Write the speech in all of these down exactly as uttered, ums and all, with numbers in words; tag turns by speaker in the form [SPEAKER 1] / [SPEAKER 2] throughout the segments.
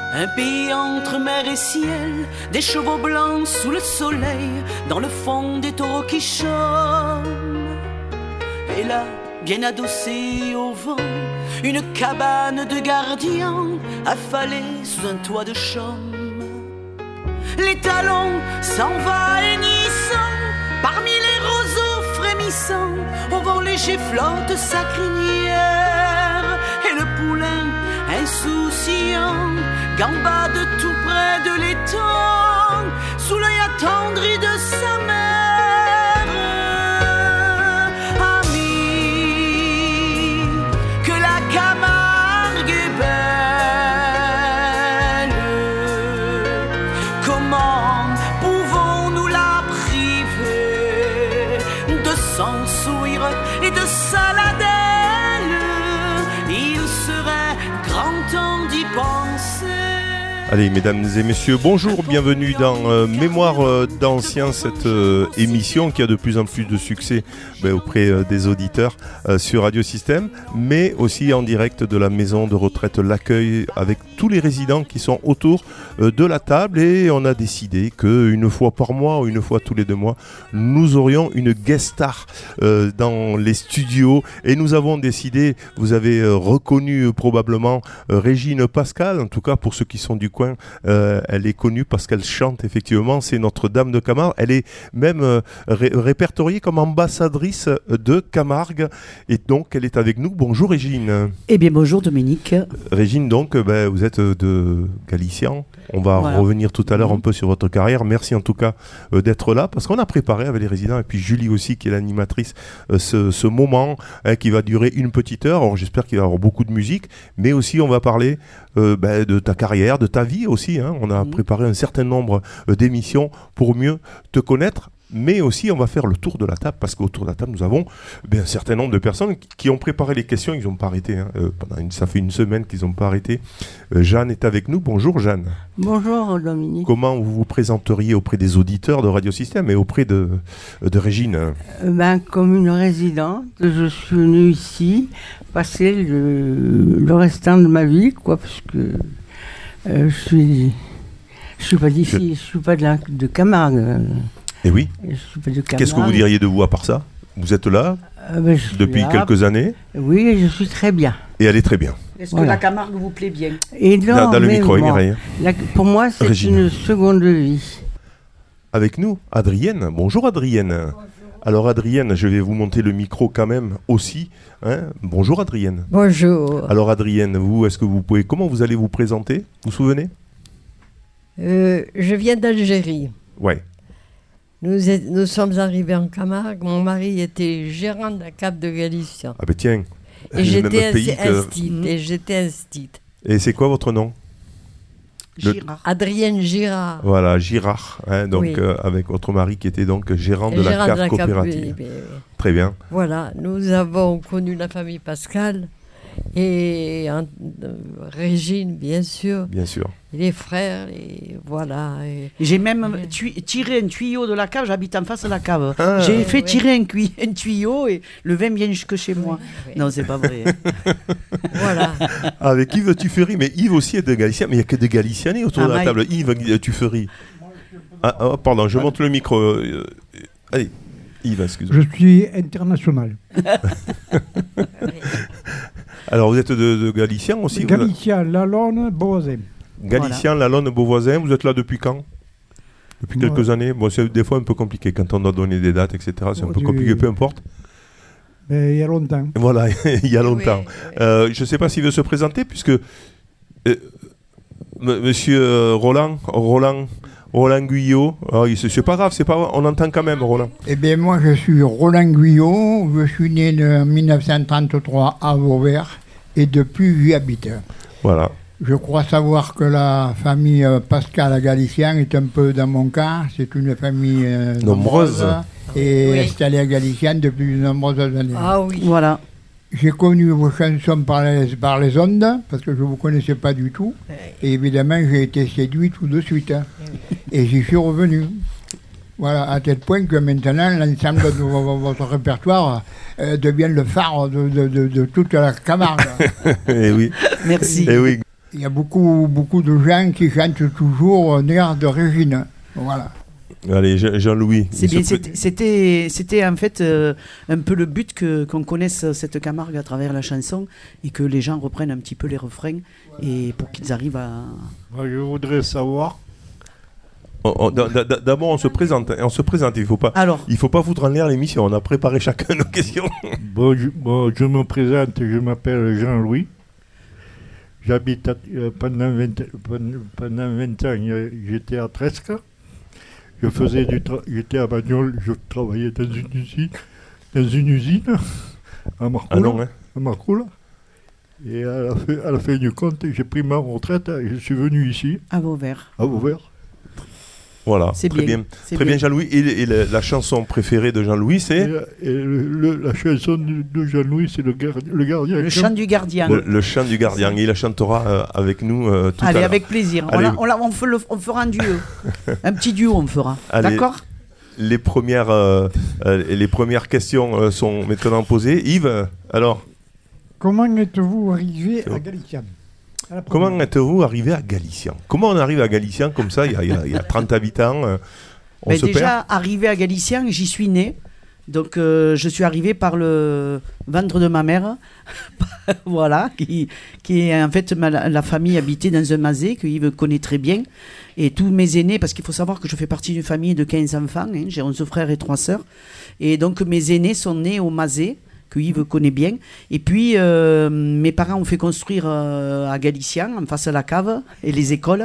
[SPEAKER 1] Un pays entre mer et ciel, des chevaux blancs sous le soleil, dans le fond des taureaux qui chôment. Et là, bien adossée au vent, une cabane de gardien affalée sous un toit de chaume. Les talons s'envahissant parmi les roseaux frémissants, au vent léger flotte sa crinière, et le poulain insouciant gambade tout près de l'étang, sous l'œil attendri de sa mère. Ami, que la Camargue est belle, comment pouvons-nous la priver de son sourire et de sa ladelle? Il serait grand temps d'y penser.
[SPEAKER 2] Allez, mesdames et messieurs, bonjour, bienvenue dans euh, Mémoire euh, d'Anciens, cette euh, émission qui a de plus en plus de succès ben, auprès euh, des auditeurs euh, sur Radio Système, mais aussi en direct de la maison de retraite L'Accueil, avec tous les résidents qui sont autour euh, de la table, et on a décidé qu'une fois par mois ou une fois tous les deux mois, nous aurions une guest star euh, dans les studios, et nous avons décidé, vous avez euh, reconnu euh, probablement euh, Régine Pascal, en tout cas pour ceux qui sont du coin. Euh, elle est connue parce qu'elle chante effectivement, c'est Notre-Dame de Camargue. Elle est même euh, ré- répertoriée comme ambassadrice de Camargue, et donc elle est avec nous. Bonjour Régine.
[SPEAKER 3] Eh bien bonjour Dominique.
[SPEAKER 2] Euh, Régine, donc euh, ben, vous êtes de Galician. On va voilà. revenir tout à l'heure mmh. un peu sur votre carrière. Merci en tout cas euh, d'être là, parce qu'on a préparé avec les résidents, et puis Julie aussi qui est l'animatrice, euh, ce, ce moment hein, qui va durer une petite heure. Alors j'espère qu'il va y avoir beaucoup de musique, mais aussi on va parler euh, ben, de ta carrière, de ta vie aussi. Hein. On a mmh. préparé un certain nombre euh, d'émissions pour mieux te connaître. Mais aussi, on va faire le tour de la table, parce qu'autour de la table, nous avons ben, un certain nombre de personnes qui, qui ont préparé les questions. Ils n'ont pas arrêté. Hein. Euh, pendant une, ça fait une semaine qu'ils n'ont pas arrêté. Euh, Jeanne est avec nous. Bonjour Jeanne.
[SPEAKER 4] Bonjour Dominique.
[SPEAKER 2] Comment vous vous présenteriez auprès des auditeurs de Radio Système et auprès de, de Régine?
[SPEAKER 4] euh, ben, Comme une résidente, je suis venue ici passer le, le restant de ma vie, quoi, parce que euh, je suis, je suis pas d'ici, je ne suis pas de, la, de Camargue.
[SPEAKER 2] Et oui.
[SPEAKER 4] Je
[SPEAKER 2] Qu'est-ce que vous diriez de vous à part ça? Vous êtes là
[SPEAKER 4] euh, ben,
[SPEAKER 2] depuis
[SPEAKER 4] là.
[SPEAKER 2] quelques années?
[SPEAKER 4] Oui, je suis très bien.
[SPEAKER 2] Et elle est très bien.
[SPEAKER 3] Est-ce
[SPEAKER 4] voilà.
[SPEAKER 3] que la Camargue vous plaît bien?
[SPEAKER 4] Et non,
[SPEAKER 2] Dans, dans le micro,
[SPEAKER 4] bon,
[SPEAKER 2] Mireille.
[SPEAKER 4] La, pour moi, c'est Régine. Une seconde vie.
[SPEAKER 2] Avec nous, Adrienne. Bonjour Adrienne. Bonjour. Alors Adrienne, je vais vous monter le micro quand même aussi. Hein. Bonjour Adrienne.
[SPEAKER 5] Bonjour.
[SPEAKER 2] Alors Adrienne, vous, est-ce que vous pouvez, comment vous allez vous présenter? Vous vous souvenez?
[SPEAKER 5] euh, Je viens d'Algérie.
[SPEAKER 2] Ouais.
[SPEAKER 5] Nous, est, nous sommes arrivés en Camargue. Mon mari était gérant de la Cap de Galicia.
[SPEAKER 2] Ah ben tiens.
[SPEAKER 5] Et j'étais
[SPEAKER 2] pays que...
[SPEAKER 5] instite. Mmh. Et j'étais instite.
[SPEAKER 2] Et c'est quoi votre nom?
[SPEAKER 3] Girard.
[SPEAKER 5] Le... Adrienne Girard.
[SPEAKER 2] Voilà, Girard. Hein, donc oui. euh, avec votre mari qui était donc gérant de la, la coopérative. Cap... Très bien.
[SPEAKER 5] Voilà, nous avons connu la famille Pascal et euh, Régine, bien sûr.
[SPEAKER 2] Bien sûr.
[SPEAKER 5] Et les frères, et voilà. Et...
[SPEAKER 3] J'ai même tu- tiré un tuyau de la cave, j'habite en face de la cave. Ah, J'ai fait ouais. tirer un, cui- un tuyau et le vin vient jusque chez moi. Oui, oui. Non, c'est pas vrai.
[SPEAKER 5] Voilà.
[SPEAKER 2] Avec Yves Tuffery, mais Yves aussi est de Galicien, mais il n'y a que des Galicianais autour ah, de la table. Yves Tuffery. Ah, oh, pardon, je monte le micro. Euh, allez, Yves, excusez-moi.
[SPEAKER 6] Je suis international.
[SPEAKER 2] Alors, vous êtes de, de Galicien aussi?
[SPEAKER 6] Galicien, Lalonne, Beauvoisin.
[SPEAKER 2] Galicien, voilà. Lalonne, Beauvoisin, vous êtes là depuis quand? Depuis ouais. quelques années. Bon, c'est des fois un peu compliqué quand on doit donner des dates, et cetera. C'est un oh, peu compliqué, peu importe.
[SPEAKER 6] Mais il y a longtemps.
[SPEAKER 2] Voilà, il y a longtemps. Oui, oui. Euh, je ne sais pas s'il veut se présenter, puisque euh, m- Monsieur Roland, Roland, Roland Guyot, oh, c'est pas grave, c'est pas, on entend quand même Roland.
[SPEAKER 7] Eh bien, moi, je suis Roland Guyot. Je suis né en dix-neuf cent trente-trois à Vauvert et depuis j'y habite.
[SPEAKER 2] Voilà.
[SPEAKER 7] Je crois savoir que la famille Pascal Galicien est un peu dans mon cas. C'est une famille euh, nombreuse, nombreuse et oui. installée à Galicien depuis de nombreuses années.
[SPEAKER 5] Ah oui.
[SPEAKER 3] Voilà.
[SPEAKER 7] J'ai connu vos chansons par les, par les ondes, parce que je ne vous connaissais pas du tout. Oui. Et évidemment, j'ai été séduit tout de suite. Hein. Oui. Et j'y suis revenu. Voilà, à tel point que maintenant, l'ensemble de votre répertoire euh, devient le phare de, de, de, de toute la Camargue.
[SPEAKER 2] Eh oui.
[SPEAKER 3] Merci.
[SPEAKER 2] Eh oui.
[SPEAKER 7] il y a beaucoup, beaucoup de gens qui chantent toujours un air de Régine. Voilà.
[SPEAKER 2] Allez, Jean-Louis.
[SPEAKER 3] C'est bien, c'était, c'était, c'était en fait euh, un peu le but que, qu'on connaisse cette Camargue à travers la chanson et que les gens reprennent un petit peu les refrains et pour qu'ils arrivent à...
[SPEAKER 8] Moi, je voudrais savoir...
[SPEAKER 2] On, on, d'abord, on se présente. On se présente. Il faut pas.
[SPEAKER 3] Alors,
[SPEAKER 2] il faut pas foutre en l'air l'émission. On a préparé chacun nos questions.
[SPEAKER 8] Bon, je, bon, je me présente. Je m'appelle Jean-Louis. J'habite à, euh, pendant, vingt, pendant vingt ans. J'étais à Tresque. Je faisais du tra- j'étais à Bagnols. Je travaillais dans une usine, dans une usine à Marcoule.
[SPEAKER 2] Ah non, hein.
[SPEAKER 8] À Marcoule. Et à la, fin, à la fin du compte, j'ai pris ma retraite et je suis venu ici.
[SPEAKER 3] à Vauvert.
[SPEAKER 8] À Vauvert.
[SPEAKER 2] Voilà,
[SPEAKER 3] c'est
[SPEAKER 2] très
[SPEAKER 3] bien.
[SPEAKER 2] bien.
[SPEAKER 3] C'est
[SPEAKER 2] très
[SPEAKER 3] bien,
[SPEAKER 2] bien Jean-Louis. Et, et la, la chanson préférée de Jean-Louis, c'est
[SPEAKER 8] Et, et le, le, la chanson de, de Jean-Louis, c'est le, gar, le gardien.
[SPEAKER 3] Le chant du gardien.
[SPEAKER 2] le, le chant du gardien. Il la chantera euh, avec nous euh, tout
[SPEAKER 3] Allez,
[SPEAKER 2] à l'heure.
[SPEAKER 3] avec plaisir. On,
[SPEAKER 2] Allez.
[SPEAKER 3] la, on, la, on, fait le, on fera un duo. Un petit duo, on fera.
[SPEAKER 2] Allez.
[SPEAKER 3] D'accord ?
[SPEAKER 2] Les premières, euh, euh, les premières questions euh, sont maintenant posées. Yves, euh, alors
[SPEAKER 6] Comment êtes-vous arrivé
[SPEAKER 2] C'est
[SPEAKER 6] à
[SPEAKER 2] bon.
[SPEAKER 6] Galician? À la première.
[SPEAKER 2] Comment êtes-vous arrivé à Galician? Comment on arrive à Galician comme ça? Il y a, il y a, il y a trente habitants. euh, on
[SPEAKER 3] Ben
[SPEAKER 2] se
[SPEAKER 3] déjà,
[SPEAKER 2] perd.
[SPEAKER 3] arrivé à Galician, j'y suis né. Donc, euh, je suis arrivé par le ventre de ma mère. Voilà. Qui, qui est en fait ma, la famille habitait dans un mazet que Yves connaît très bien. Et tous mes aînés, parce qu'il faut savoir que je fais partie d'une famille de quinze enfants. Hein, j'ai onze frères et trois sœurs. Et donc, mes aînés sont nés au mazet, que Yves connaît bien. Et puis, euh, mes parents ont fait construire euh, à Galician, en face à la cave et les écoles.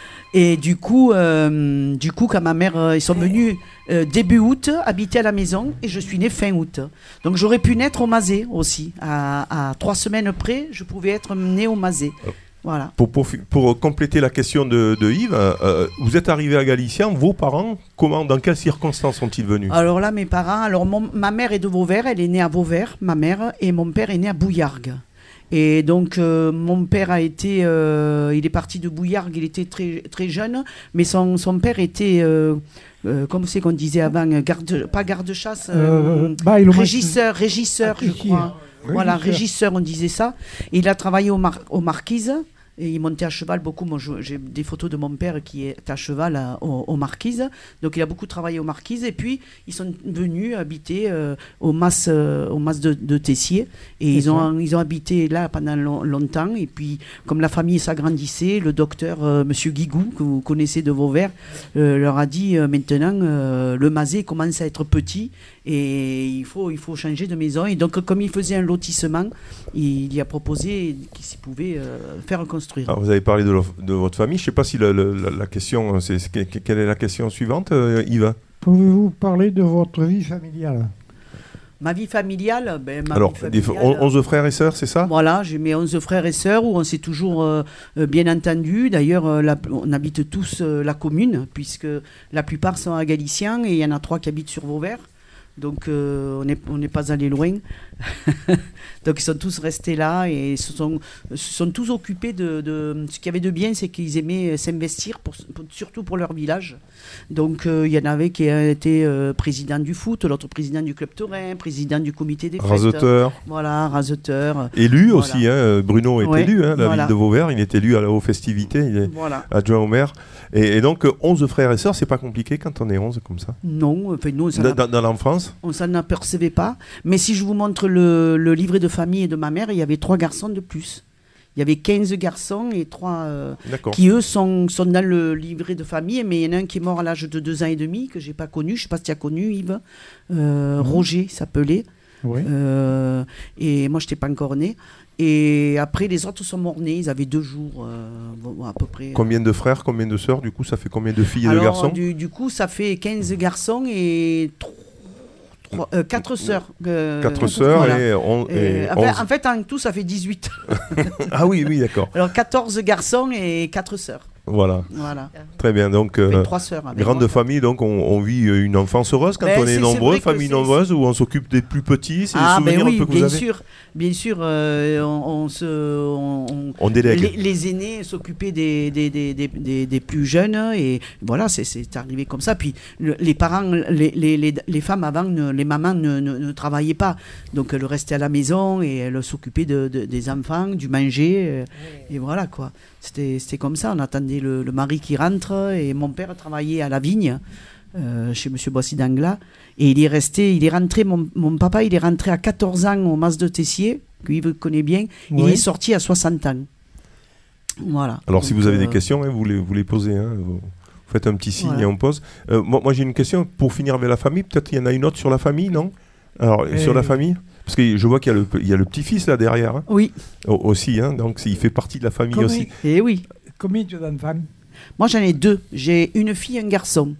[SPEAKER 3] Et du coup, euh, du coup, quand ma mère, euh, ils sont venus euh, début août habiter à la maison et je suis né fin août. Donc j'aurais pu naître au Mazet aussi. À, à trois semaines près, je pouvais être né au Mazet. Voilà.
[SPEAKER 2] Pour, pour, pour compléter la question de, de Yves, euh, vous êtes arrivé à Galician, vos parents, comment, dans quelles circonstances sont-ils venus?
[SPEAKER 3] Alors là, mes parents, alors mon, ma mère est de Vauvert, elle est née à Vauvert, ma mère, et mon père est né à Bouillargues. Et donc, euh, mon père a été, euh, il est parti de Bouillargues, il était très, très jeune, mais son, son père était, euh, euh, comme c'est qu'on disait avant, garde, pas garde-chasse, euh,
[SPEAKER 6] Euh, bah, il
[SPEAKER 3] régisseur, régisseur, je
[SPEAKER 6] Apprécié.
[SPEAKER 3] crois. Voilà,
[SPEAKER 6] Régisseur.
[SPEAKER 3] régisseur, on disait ça. Et il a travaillé au mar- aux Marquises. Et il montait à cheval beaucoup. Moi, je- j'ai des photos de mon père qui est à cheval à- aux, aux Marquises. Donc, il a beaucoup travaillé aux Marquises. Et puis, ils sont venus habiter euh, au Mas, euh, au Mas de, de Tessier. Et ils ont, ils ont habité là pendant long- longtemps. Et puis, comme la famille s'agrandissait, le docteur, euh, Monsieur Guigou, que vous connaissez de Vauvert, euh, leur a dit euh, maintenant, euh, le Mazet commence à être petit. Et il faut, il faut changer de maison. Et donc, comme il faisait un lotissement, il y a proposé qu'il pouvait euh, faire construire.
[SPEAKER 2] Alors, vous avez parlé de, lo- de votre famille. Je ne sais pas si le- le- la, la question, c'est, c'est- que- quelle est la question suivante, euh, Yves?
[SPEAKER 6] Pouvez-vous parler de votre vie familiale?
[SPEAKER 3] Ma vie familiale, ben, ma
[SPEAKER 2] Alors,
[SPEAKER 3] vie
[SPEAKER 2] des-
[SPEAKER 3] familiale,
[SPEAKER 2] on- onze frères et sœurs, c'est ça?
[SPEAKER 3] Voilà, j'ai mes onze frères et sœurs où on s'est toujours euh, euh, bien entendu. D'ailleurs, euh, la- on habite tous euh, la commune, puisque la plupart sont à Galician et il y en a trois qui habitent sur Vauvert. Donc, euh, on n'est on n'est pas allé loin. Donc, ils sont tous restés là et se sont, se sont tous occupés de, de... Ce qu'il y avait de bien, c'est qu'ils aimaient s'investir, pour, pour- surtout pour leur village. Donc, euh, il y en avait qui étaient euh, président du foot, l'autre président du club taurin, président du comité des fêtes.
[SPEAKER 2] Raseteur.
[SPEAKER 3] Voilà, raseteur.
[SPEAKER 2] Élu
[SPEAKER 3] Voilà.
[SPEAKER 2] aussi, hein, Bruno est
[SPEAKER 3] Ouais,
[SPEAKER 2] élu, hein, la
[SPEAKER 3] voilà.
[SPEAKER 2] ville de Vauvert, il est élu à la, aux festivités, il est
[SPEAKER 3] Voilà.
[SPEAKER 2] adjoint au maire. Et, et donc, euh, onze frères et sœurs, c'est pas compliqué quand on est onze comme ça?
[SPEAKER 3] Non, enfin, nous, on s'en
[SPEAKER 2] Dans,
[SPEAKER 3] a-
[SPEAKER 2] dans- dans l'enfance?
[SPEAKER 3] on s'en apercevait pas. Mais si je vous montre le, le livret de famille de ma mère, il y avait trois garçons de plus. Il y avait quinze garçons et trois euh,
[SPEAKER 2] D'accord.
[SPEAKER 3] qui, eux, sont, sont dans le livret de famille. Mais il y en a un qui est mort à l'âge de deux ans et demi, que j'ai pas connu. Je sais pas si tu as connu, Yves. Euh, Roger s'appelait.
[SPEAKER 6] Oui.
[SPEAKER 3] Euh, et moi, je n'étais pas encore née. Et après, les autres sont morts-nés. Ils avaient deux jours, euh, bon, à peu près.
[SPEAKER 2] Combien de frères, combien de sœurs? Du coup, ça fait combien de filles et de
[SPEAKER 3] Alors,
[SPEAKER 2] garçons?
[SPEAKER 3] du, du coup, ça fait quinze garçons et quatre sœurs. euh,
[SPEAKER 2] Quatre sœurs
[SPEAKER 3] voilà.
[SPEAKER 2] et, on,
[SPEAKER 3] Euh,
[SPEAKER 2] et
[SPEAKER 3] en, fait,
[SPEAKER 2] onze.
[SPEAKER 3] en fait, en tout, ça fait dix-huit.
[SPEAKER 2] Ah oui, oui, d'accord.
[SPEAKER 3] Alors, quatorze garçons et quatre sœurs.
[SPEAKER 2] Voilà.
[SPEAKER 3] Voilà.
[SPEAKER 2] Très bien. Donc,
[SPEAKER 3] Avec
[SPEAKER 2] euh,
[SPEAKER 3] trois sœurs. avec
[SPEAKER 2] grande
[SPEAKER 3] moi.
[SPEAKER 2] famille, donc on, on vit une enfance heureuse quand
[SPEAKER 3] Ben,
[SPEAKER 2] on est,
[SPEAKER 3] c'est- c'est
[SPEAKER 2] nombreux,
[SPEAKER 3] vrai que
[SPEAKER 2] famille
[SPEAKER 3] c'est-
[SPEAKER 2] nombreuse, où on s'occupe des plus petits. C'est
[SPEAKER 3] Ah,
[SPEAKER 2] des
[SPEAKER 3] ben
[SPEAKER 2] souvenirs
[SPEAKER 3] oui,
[SPEAKER 2] un peu que vous
[SPEAKER 3] bien
[SPEAKER 2] avez.
[SPEAKER 3] sûr. Bien sûr, euh, on, on se. on- on-
[SPEAKER 2] On délègue.
[SPEAKER 3] Les, les aînés s'occupaient des, des, des, des, des, des plus jeunes et voilà, c'est, c'est arrivé comme ça. Puis le- les parents, les, les, les, les femmes avant, ne- les mamans ne, ne, ne travaillaient pas. Donc elles restaient à la maison et elles s'occupaient de, de- des enfants, du manger. euh, Et voilà quoi. C'était, c'était comme ça. On attendait le, le mari qui rentre et mon père travaillait à la vigne. Euh, chez Monsieur Boissy d'Anglas et il est resté, il est rentré, mon, mon papa il est rentré à quatorze ans au Mas de Tessier, que Yves connaît bien, il
[SPEAKER 6] Oui.
[SPEAKER 3] est sorti à soixante ans. Voilà.
[SPEAKER 2] Alors, si
[SPEAKER 3] Donc,
[SPEAKER 2] vous avez
[SPEAKER 3] euh,
[SPEAKER 2] des questions, hein, vous, les, vous les posez. Hein, vous faites un petit signe
[SPEAKER 3] Voilà.
[SPEAKER 2] et on pose. Euh, moi, moi, j'ai une question pour finir avec la famille. Peut-être il y en a une autre sur la famille, non? Alors,
[SPEAKER 6] Euh,
[SPEAKER 2] sur la famille? Parce que je vois qu'il y a le, il y a le petit-fils là derrière. Hein,
[SPEAKER 3] Oui,
[SPEAKER 2] au- aussi, hein, donc il fait partie de la famille
[SPEAKER 6] Combien-
[SPEAKER 2] aussi.
[SPEAKER 3] et oui.
[SPEAKER 6] Combien tu as d'enfants?
[SPEAKER 3] Moi j'en ai deux. J'ai une fille et un garçon.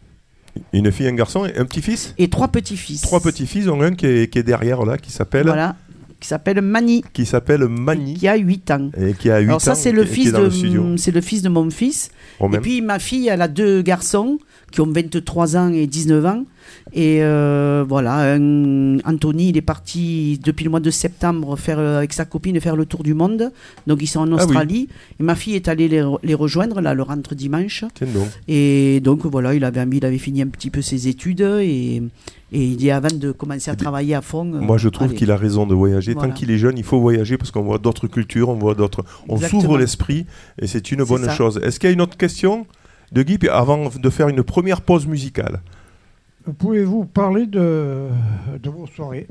[SPEAKER 2] Une fille, un garçon et un petit-fils.
[SPEAKER 3] Et trois petits-fils.
[SPEAKER 2] Trois petits-fils, dont un qui est, qui est derrière là, qui s'appelle
[SPEAKER 3] Voilà. Qui s'appelle Mani.
[SPEAKER 2] qui s'appelle Mani
[SPEAKER 3] Qui a huit ans.
[SPEAKER 2] et qui a huit ans.
[SPEAKER 3] Alors ça c'est
[SPEAKER 2] et
[SPEAKER 3] le
[SPEAKER 2] qui- qui
[SPEAKER 3] fils
[SPEAKER 2] est dans le studio.
[SPEAKER 3] de c'est le fils de mon fils.
[SPEAKER 2] Romain.
[SPEAKER 3] Et puis ma fille, elle a deux garçons qui ont vingt-trois ans et dix-neuf ans. Et euh, voilà, un- Anthony, il est parti depuis le mois de septembre faire, euh, avec sa copine faire le tour du monde. Donc ils sont en
[SPEAKER 2] Ah oui.
[SPEAKER 3] Australie. Et ma fille est allée les, re- les rejoindre, là, le rentre dimanche.
[SPEAKER 2] Tiens donc.
[SPEAKER 3] Et donc voilà, il avait envie, il avait fini un petit peu ses études. Et, et il dit avant de commencer à travailler à fond. euh,
[SPEAKER 2] Moi, je trouve
[SPEAKER 3] allez.
[SPEAKER 2] qu'il a raison de voyager.
[SPEAKER 3] Voilà.
[SPEAKER 2] Tant qu'il est jeune, il faut voyager parce qu'on voit d'autres cultures, on voit d'autres. On
[SPEAKER 3] Exactement.
[SPEAKER 2] s'ouvre l'esprit et c'est une
[SPEAKER 3] C'est
[SPEAKER 2] bonne
[SPEAKER 3] ça.
[SPEAKER 2] chose. Est-ce qu'il y a une autre question de Guy puis avant de faire une première pause musicale?
[SPEAKER 6] Pouvez-vous parler de, de vos soirées?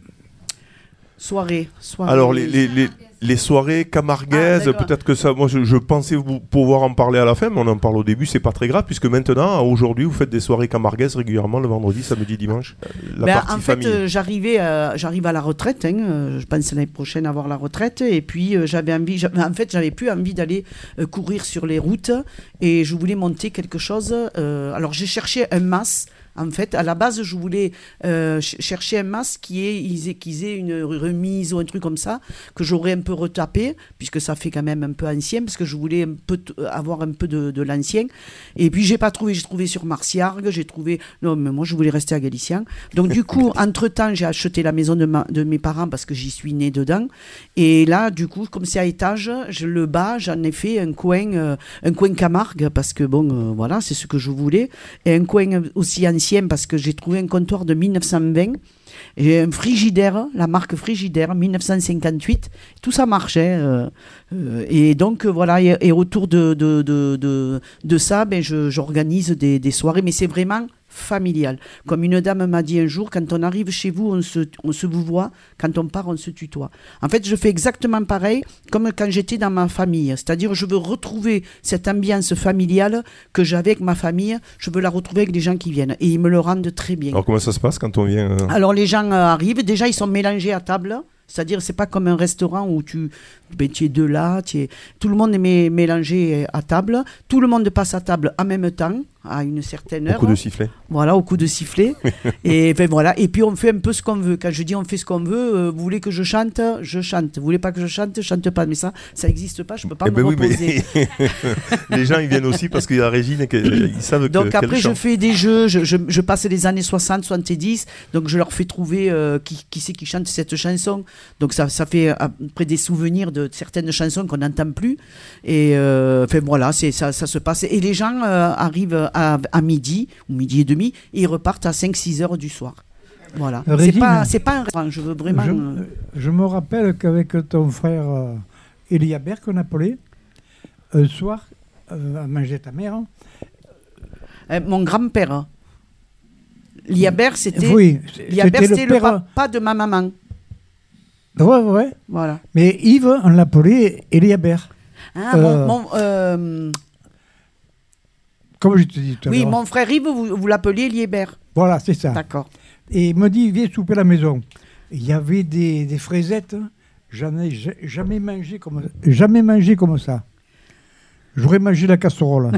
[SPEAKER 3] Soirée, soirée.
[SPEAKER 2] Alors, les, les, les, les soirées camarguaises,
[SPEAKER 3] Ah, d'accord.
[SPEAKER 2] peut-être que ça. Moi, je, je pensais vous pouvoir en parler à la fin, mais on en parle au début, c'est pas très grave, puisque maintenant, aujourd'hui, vous faites des soirées camarguaises régulièrement le vendredi, samedi, dimanche. euh, La
[SPEAKER 3] Ben,
[SPEAKER 2] partie
[SPEAKER 3] en fait,
[SPEAKER 2] famille.
[SPEAKER 3] euh, j'arrivais, euh, j'arrive à la retraite. Hein, euh, je pense l'année prochaine avoir la retraite. Et puis, euh, j'avais envie. j'avais- En fait, j'avais plus envie d'aller euh, courir sur les routes. Et je voulais monter quelque chose. euh, alors, j'ai cherché un mas. En fait, à la base, je voulais euh, ch- chercher un mas qui ait, ils aient- qu'ils aient une remise ou un truc comme ça, que j'aurais un peu retapé, puisque ça fait quand même un peu ancien, parce que je voulais un peu t- avoir un peu de, de l'ancien. Et puis, j'ai pas trouvé. J'ai trouvé sur Marciargues, j'ai trouvé. Non, mais moi, je voulais rester à Galicien. Donc, du coup, entre-temps, j'ai acheté la maison de, ma- de mes parents parce que j'y suis née dedans. Et là, du coup, comme c'est à étage, je le bas, j'en ai fait un coin, euh, un coin Camargue, parce que bon, euh, voilà, c'est ce que je voulais. Et un coin aussi ancien, parce que j'ai trouvé un comptoir de mille neuf cent vingt. J'ai un Frigidaire, la marque Frigidaire, mille neuf cent cinquante-huit. Tout ça marchait. euh, euh, et donc, euh, voilà, et, et autour de, de, de, de, de ça, ben, je- j'organise des, des soirées, mais c'est vraiment familial. Comme une dame m'a dit un jour, quand on arrive chez vous, on se, on se vous voit, quand on part, on se tutoie. En fait, je fais exactement pareil comme quand j'étais dans ma famille. C'est-à-dire, je veux retrouver cette ambiance familiale que j'avais avec ma famille, je veux la retrouver avec les gens qui viennent. Et ils me le rendent très bien.
[SPEAKER 2] Alors, comment ça se passe quand on vient euh,
[SPEAKER 3] Alors les gens euh, arrivent, déjà ils sont mélangés à table, c'est-à-dire c'est pas comme un restaurant où tu, ben, tu es deux là, tu es... tout le monde est mé- mélangé à table, tout le monde passe à table en même temps, à une certaine
[SPEAKER 2] au
[SPEAKER 3] heure.
[SPEAKER 2] coup de sifflet?
[SPEAKER 3] Voilà, au coup de sifflet. et ben voilà. Et puis on fait un peu ce qu'on veut. Quand je dis on fait ce qu'on veut, euh, vous voulez que je chante, je chante. Vous voulez pas que je chante, je chante pas. Mais ça, ça n'existe pas. Je peux pas
[SPEAKER 2] Eh
[SPEAKER 3] me
[SPEAKER 2] ben oui,
[SPEAKER 3] reposer.
[SPEAKER 2] mais les gens ils viennent aussi parce qu'il y a Régine et qu'ils savent que
[SPEAKER 3] Donc
[SPEAKER 2] qu'elle
[SPEAKER 3] après, je
[SPEAKER 2] chante.
[SPEAKER 3] fais des jeux, je, je, je passe les années soixante, soixante-dix, donc je leur fais trouver euh, qui, qui c'est qui chante cette chanson. Donc ça, ça fait après des souvenirs de certaines chansons qu'on n'entend plus. Et euh, enfin voilà, c'est, ça, ça se passe. Et les gens euh, arrivent à, à midi, ou midi et demi, et ils repartent à cinq six heures du soir. Voilà. C'est
[SPEAKER 6] Régine,
[SPEAKER 3] pas, c'est pas un restaurant, je veux vraiment...
[SPEAKER 6] Je,
[SPEAKER 3] euh,
[SPEAKER 6] je me rappelle qu'avec ton frère euh, Eliabert, qu'on appelait, un soir, euh, à manger ta mère. hein,
[SPEAKER 3] euh, mon grand-père, Liabert, c'était...
[SPEAKER 6] Oui,
[SPEAKER 3] Liabert,
[SPEAKER 6] c'était
[SPEAKER 3] c'était
[SPEAKER 6] le
[SPEAKER 3] le
[SPEAKER 6] père.
[SPEAKER 3] papa de ma maman.
[SPEAKER 6] Ouais, ouais.
[SPEAKER 3] Voilà.
[SPEAKER 6] Mais Yves, on l'appelait Eliabert.
[SPEAKER 3] Ah,
[SPEAKER 6] Euh,
[SPEAKER 3] mon... mon, euh,
[SPEAKER 6] Comme je te dis tout à
[SPEAKER 3] Oui,
[SPEAKER 6] l'heure.
[SPEAKER 3] mon frère Yves, vous, vous l'appeliez Liébert.
[SPEAKER 6] Voilà, c'est ça.
[SPEAKER 3] D'accord.
[SPEAKER 6] Et il me dit, viens souper à la maison. Il y avait des, des fraisettes. J'en ai ja- jamais mangé comme, jamais mangé comme ça. J'aurais mangé la casserole.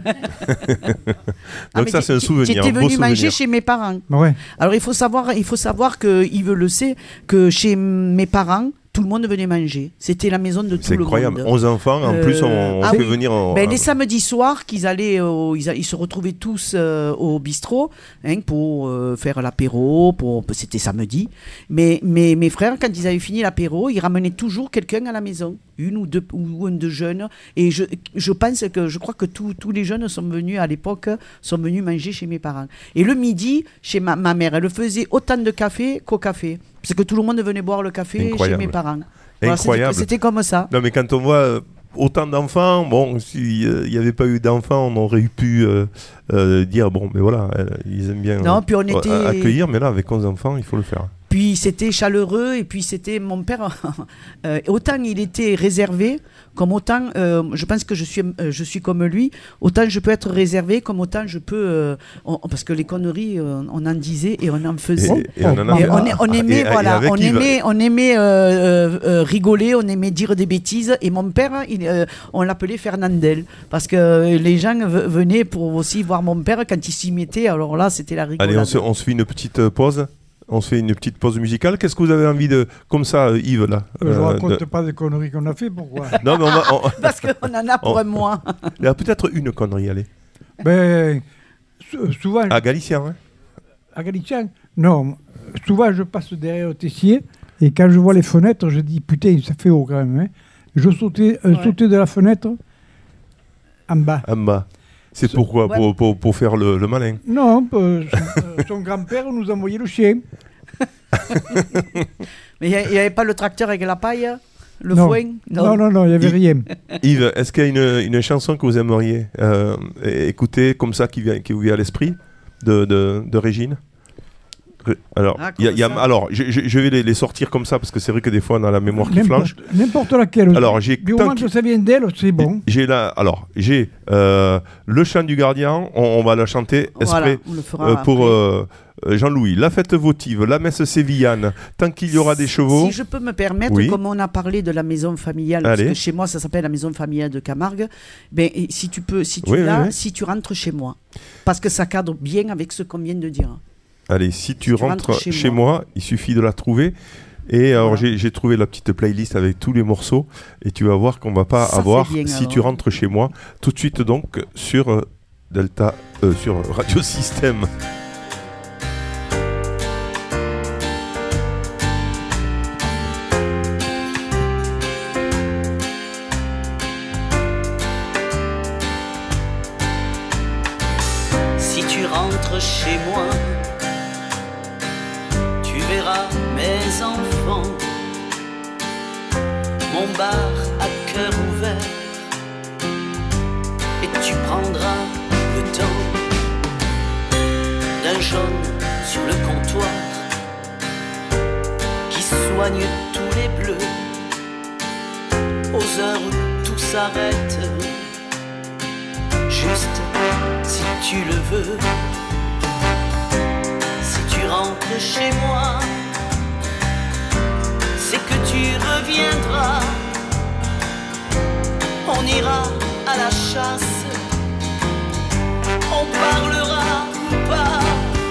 [SPEAKER 2] Donc ça c'est un souvenir,
[SPEAKER 3] Tu
[SPEAKER 2] un
[SPEAKER 3] étais
[SPEAKER 2] beau
[SPEAKER 3] venu
[SPEAKER 2] souvenir.
[SPEAKER 3] manger chez mes parents.
[SPEAKER 6] ouais.
[SPEAKER 3] Alors il faut savoir, il faut savoir que Yves le sait, que chez mes parents, tout le monde venait manger. C'était la maison de tout
[SPEAKER 2] C'est
[SPEAKER 3] le
[SPEAKER 2] incroyable.
[SPEAKER 3] monde.
[SPEAKER 2] onze enfants, en
[SPEAKER 3] Euh,
[SPEAKER 2] plus, on, on
[SPEAKER 3] ah
[SPEAKER 2] fait
[SPEAKER 3] oui.
[SPEAKER 2] venir. En,
[SPEAKER 3] Ben,
[SPEAKER 2] en-
[SPEAKER 3] les samedis soirs, qu'ils allaient, au- ils, a- ils se retrouvaient tous euh, au bistrot hein, pour euh, faire l'apéro. Pour, c'était samedi. Mais, mais mes frères, quand ils avaient fini l'apéro, ils ramenaient toujours quelqu'un à la maison, une ou deux ou un de jeunes. Et je, je pense que je crois que tous tous les jeunes sont venus à l'époque, sont venus manger chez mes parents. Et le midi, chez ma, ma mère, elle faisait autant de café qu'au café, parce que tout le monde venait boire le café
[SPEAKER 2] Incroyable.
[SPEAKER 3] chez mes parents. Voilà,
[SPEAKER 2] Incroyable.
[SPEAKER 3] C'était, c'était comme ça.
[SPEAKER 2] Non, mais quand on voit euh, autant d'enfants, bon, s'il n'y avait pas eu d'enfants, on aurait pu euh, euh, dire, bon, mais voilà, euh, ils aiment bien
[SPEAKER 3] Non, puis on
[SPEAKER 2] euh,
[SPEAKER 3] était-
[SPEAKER 2] accueillir, mais là, avec onze enfants, il faut le faire.
[SPEAKER 3] Puis c'était chaleureux, et puis c'était mon père. euh, autant il était réservé, comme autant euh, je pense que je suis, euh, je suis comme lui. Autant je peux être réservé, comme autant je peux. euh, on- parce que les conneries, euh, on en disait et on en faisait.
[SPEAKER 2] Et, et on en a
[SPEAKER 3] Et
[SPEAKER 2] fait-
[SPEAKER 3] on, est- on
[SPEAKER 2] et-
[SPEAKER 3] aimait,
[SPEAKER 2] et
[SPEAKER 3] voilà,
[SPEAKER 2] avec
[SPEAKER 3] on
[SPEAKER 2] Yves-
[SPEAKER 3] aimait, on aimait euh, euh, euh, rigoler, on aimait dire des bêtises. Et mon père, il, euh, on l'appelait Fernandel, parce que les gens v- venaient pour aussi voir mon père quand il s'y mettait. Alors là, c'était la rigolade.
[SPEAKER 2] Allez, on se, on se fait une petite euh, pause. On se fait une petite pause musicale. Qu'est-ce que vous avez envie de, comme ça, euh, Yves, là
[SPEAKER 6] Euh, je
[SPEAKER 2] euh,
[SPEAKER 6] raconte
[SPEAKER 2] de-
[SPEAKER 6] pas des conneries qu'on a fait, pourquoi?
[SPEAKER 2] Non, mais on va. on-
[SPEAKER 3] Parce qu'on en a pour
[SPEAKER 2] on-
[SPEAKER 3] un mois.
[SPEAKER 2] Il y a peut-être une connerie, allez.
[SPEAKER 6] Ben, sou- souvent,
[SPEAKER 2] À Galicien, hein.
[SPEAKER 6] à Galicien, non, souvent je passe derrière le Tessier et quand je vois les fenêtres, je dis putain, ça fait haut quand même. Hein. Je sautais, euh,
[SPEAKER 3] Ouais.
[SPEAKER 6] sautais de la fenêtre en bas.
[SPEAKER 2] En bas. C'est pourquoi
[SPEAKER 3] Ouais.
[SPEAKER 2] pour, pour, pour faire le, le malin.
[SPEAKER 6] Non, euh, son, euh, son grand-père nous envoyait le chien.
[SPEAKER 3] Mais il n'y avait pas le tracteur avec la paille, le
[SPEAKER 6] Non.
[SPEAKER 3] foin
[SPEAKER 6] Non, non, non, il n'y avait
[SPEAKER 2] Il-
[SPEAKER 6] rien.
[SPEAKER 2] Yves, est-ce qu'il y a une, une chanson que vous aimeriez euh, é- écouter comme ça qui, vient, qui vous vient à l'esprit de, de, de Régine? Ré- Alors,
[SPEAKER 3] Ah,
[SPEAKER 2] il y a-
[SPEAKER 3] comme
[SPEAKER 2] il y a-
[SPEAKER 3] ça.
[SPEAKER 2] alors je, je- je vais les, les sortir comme ça parce que c'est vrai que des fois on a la mémoire qui flanche.
[SPEAKER 6] N'importe n'importe laquelle.
[SPEAKER 2] Alors, j'ai
[SPEAKER 6] Du
[SPEAKER 2] tant
[SPEAKER 6] moment
[SPEAKER 2] qu'il-
[SPEAKER 6] que ça vient d'elle, c'est bon.
[SPEAKER 2] J'ai là, alors j'ai euh, le chant du gardien. On, on va la chanter
[SPEAKER 3] Voilà,
[SPEAKER 2] exprès
[SPEAKER 3] on le fera
[SPEAKER 2] euh, pour
[SPEAKER 3] après.
[SPEAKER 2] euh, euh, Jean-Louis. La fête votive, la messe sévillane. Tant qu'il y aura des chevaux.
[SPEAKER 3] Si je peux me permettre,
[SPEAKER 2] Oui.
[SPEAKER 3] comme on a parlé de la maison familiale,
[SPEAKER 2] Allez.
[SPEAKER 3] parce que chez moi ça s'appelle la maison familiale de Camargue, ben, et si tu peux, si tu
[SPEAKER 2] Oui,
[SPEAKER 3] l'as,
[SPEAKER 2] oui, oui.
[SPEAKER 3] si tu rentres chez moi, parce que ça cadre bien avec ce qu'on vient de dire.
[SPEAKER 2] Allez, si tu,
[SPEAKER 3] tu
[SPEAKER 2] rentres,
[SPEAKER 3] rentres
[SPEAKER 2] chez,
[SPEAKER 3] chez
[SPEAKER 2] moi.
[SPEAKER 3] moi.
[SPEAKER 2] il suffit de la trouver. Et alors
[SPEAKER 3] Voilà.
[SPEAKER 2] j'ai, j'ai trouvé la petite playlist avec tous les morceaux. Et tu vas voir qu'on va pas
[SPEAKER 3] Ça fait
[SPEAKER 2] avoir
[SPEAKER 3] bien,
[SPEAKER 2] si
[SPEAKER 3] alors.
[SPEAKER 2] tu rentres chez moi. Tout de suite donc sur euh, Delta, euh, sur Radio Système.
[SPEAKER 1] Si tu rentres chez moi, tu verras mes enfants, mon bar à cœur ouvert, et tu prendras le temps d'un jaune sur le comptoir qui soigne tous les bleus aux heures où tout s'arrête. Juste si tu le veux, si tu rentres chez moi, c'est que tu reviendras. On ira à la chasse, on parlera ou pas,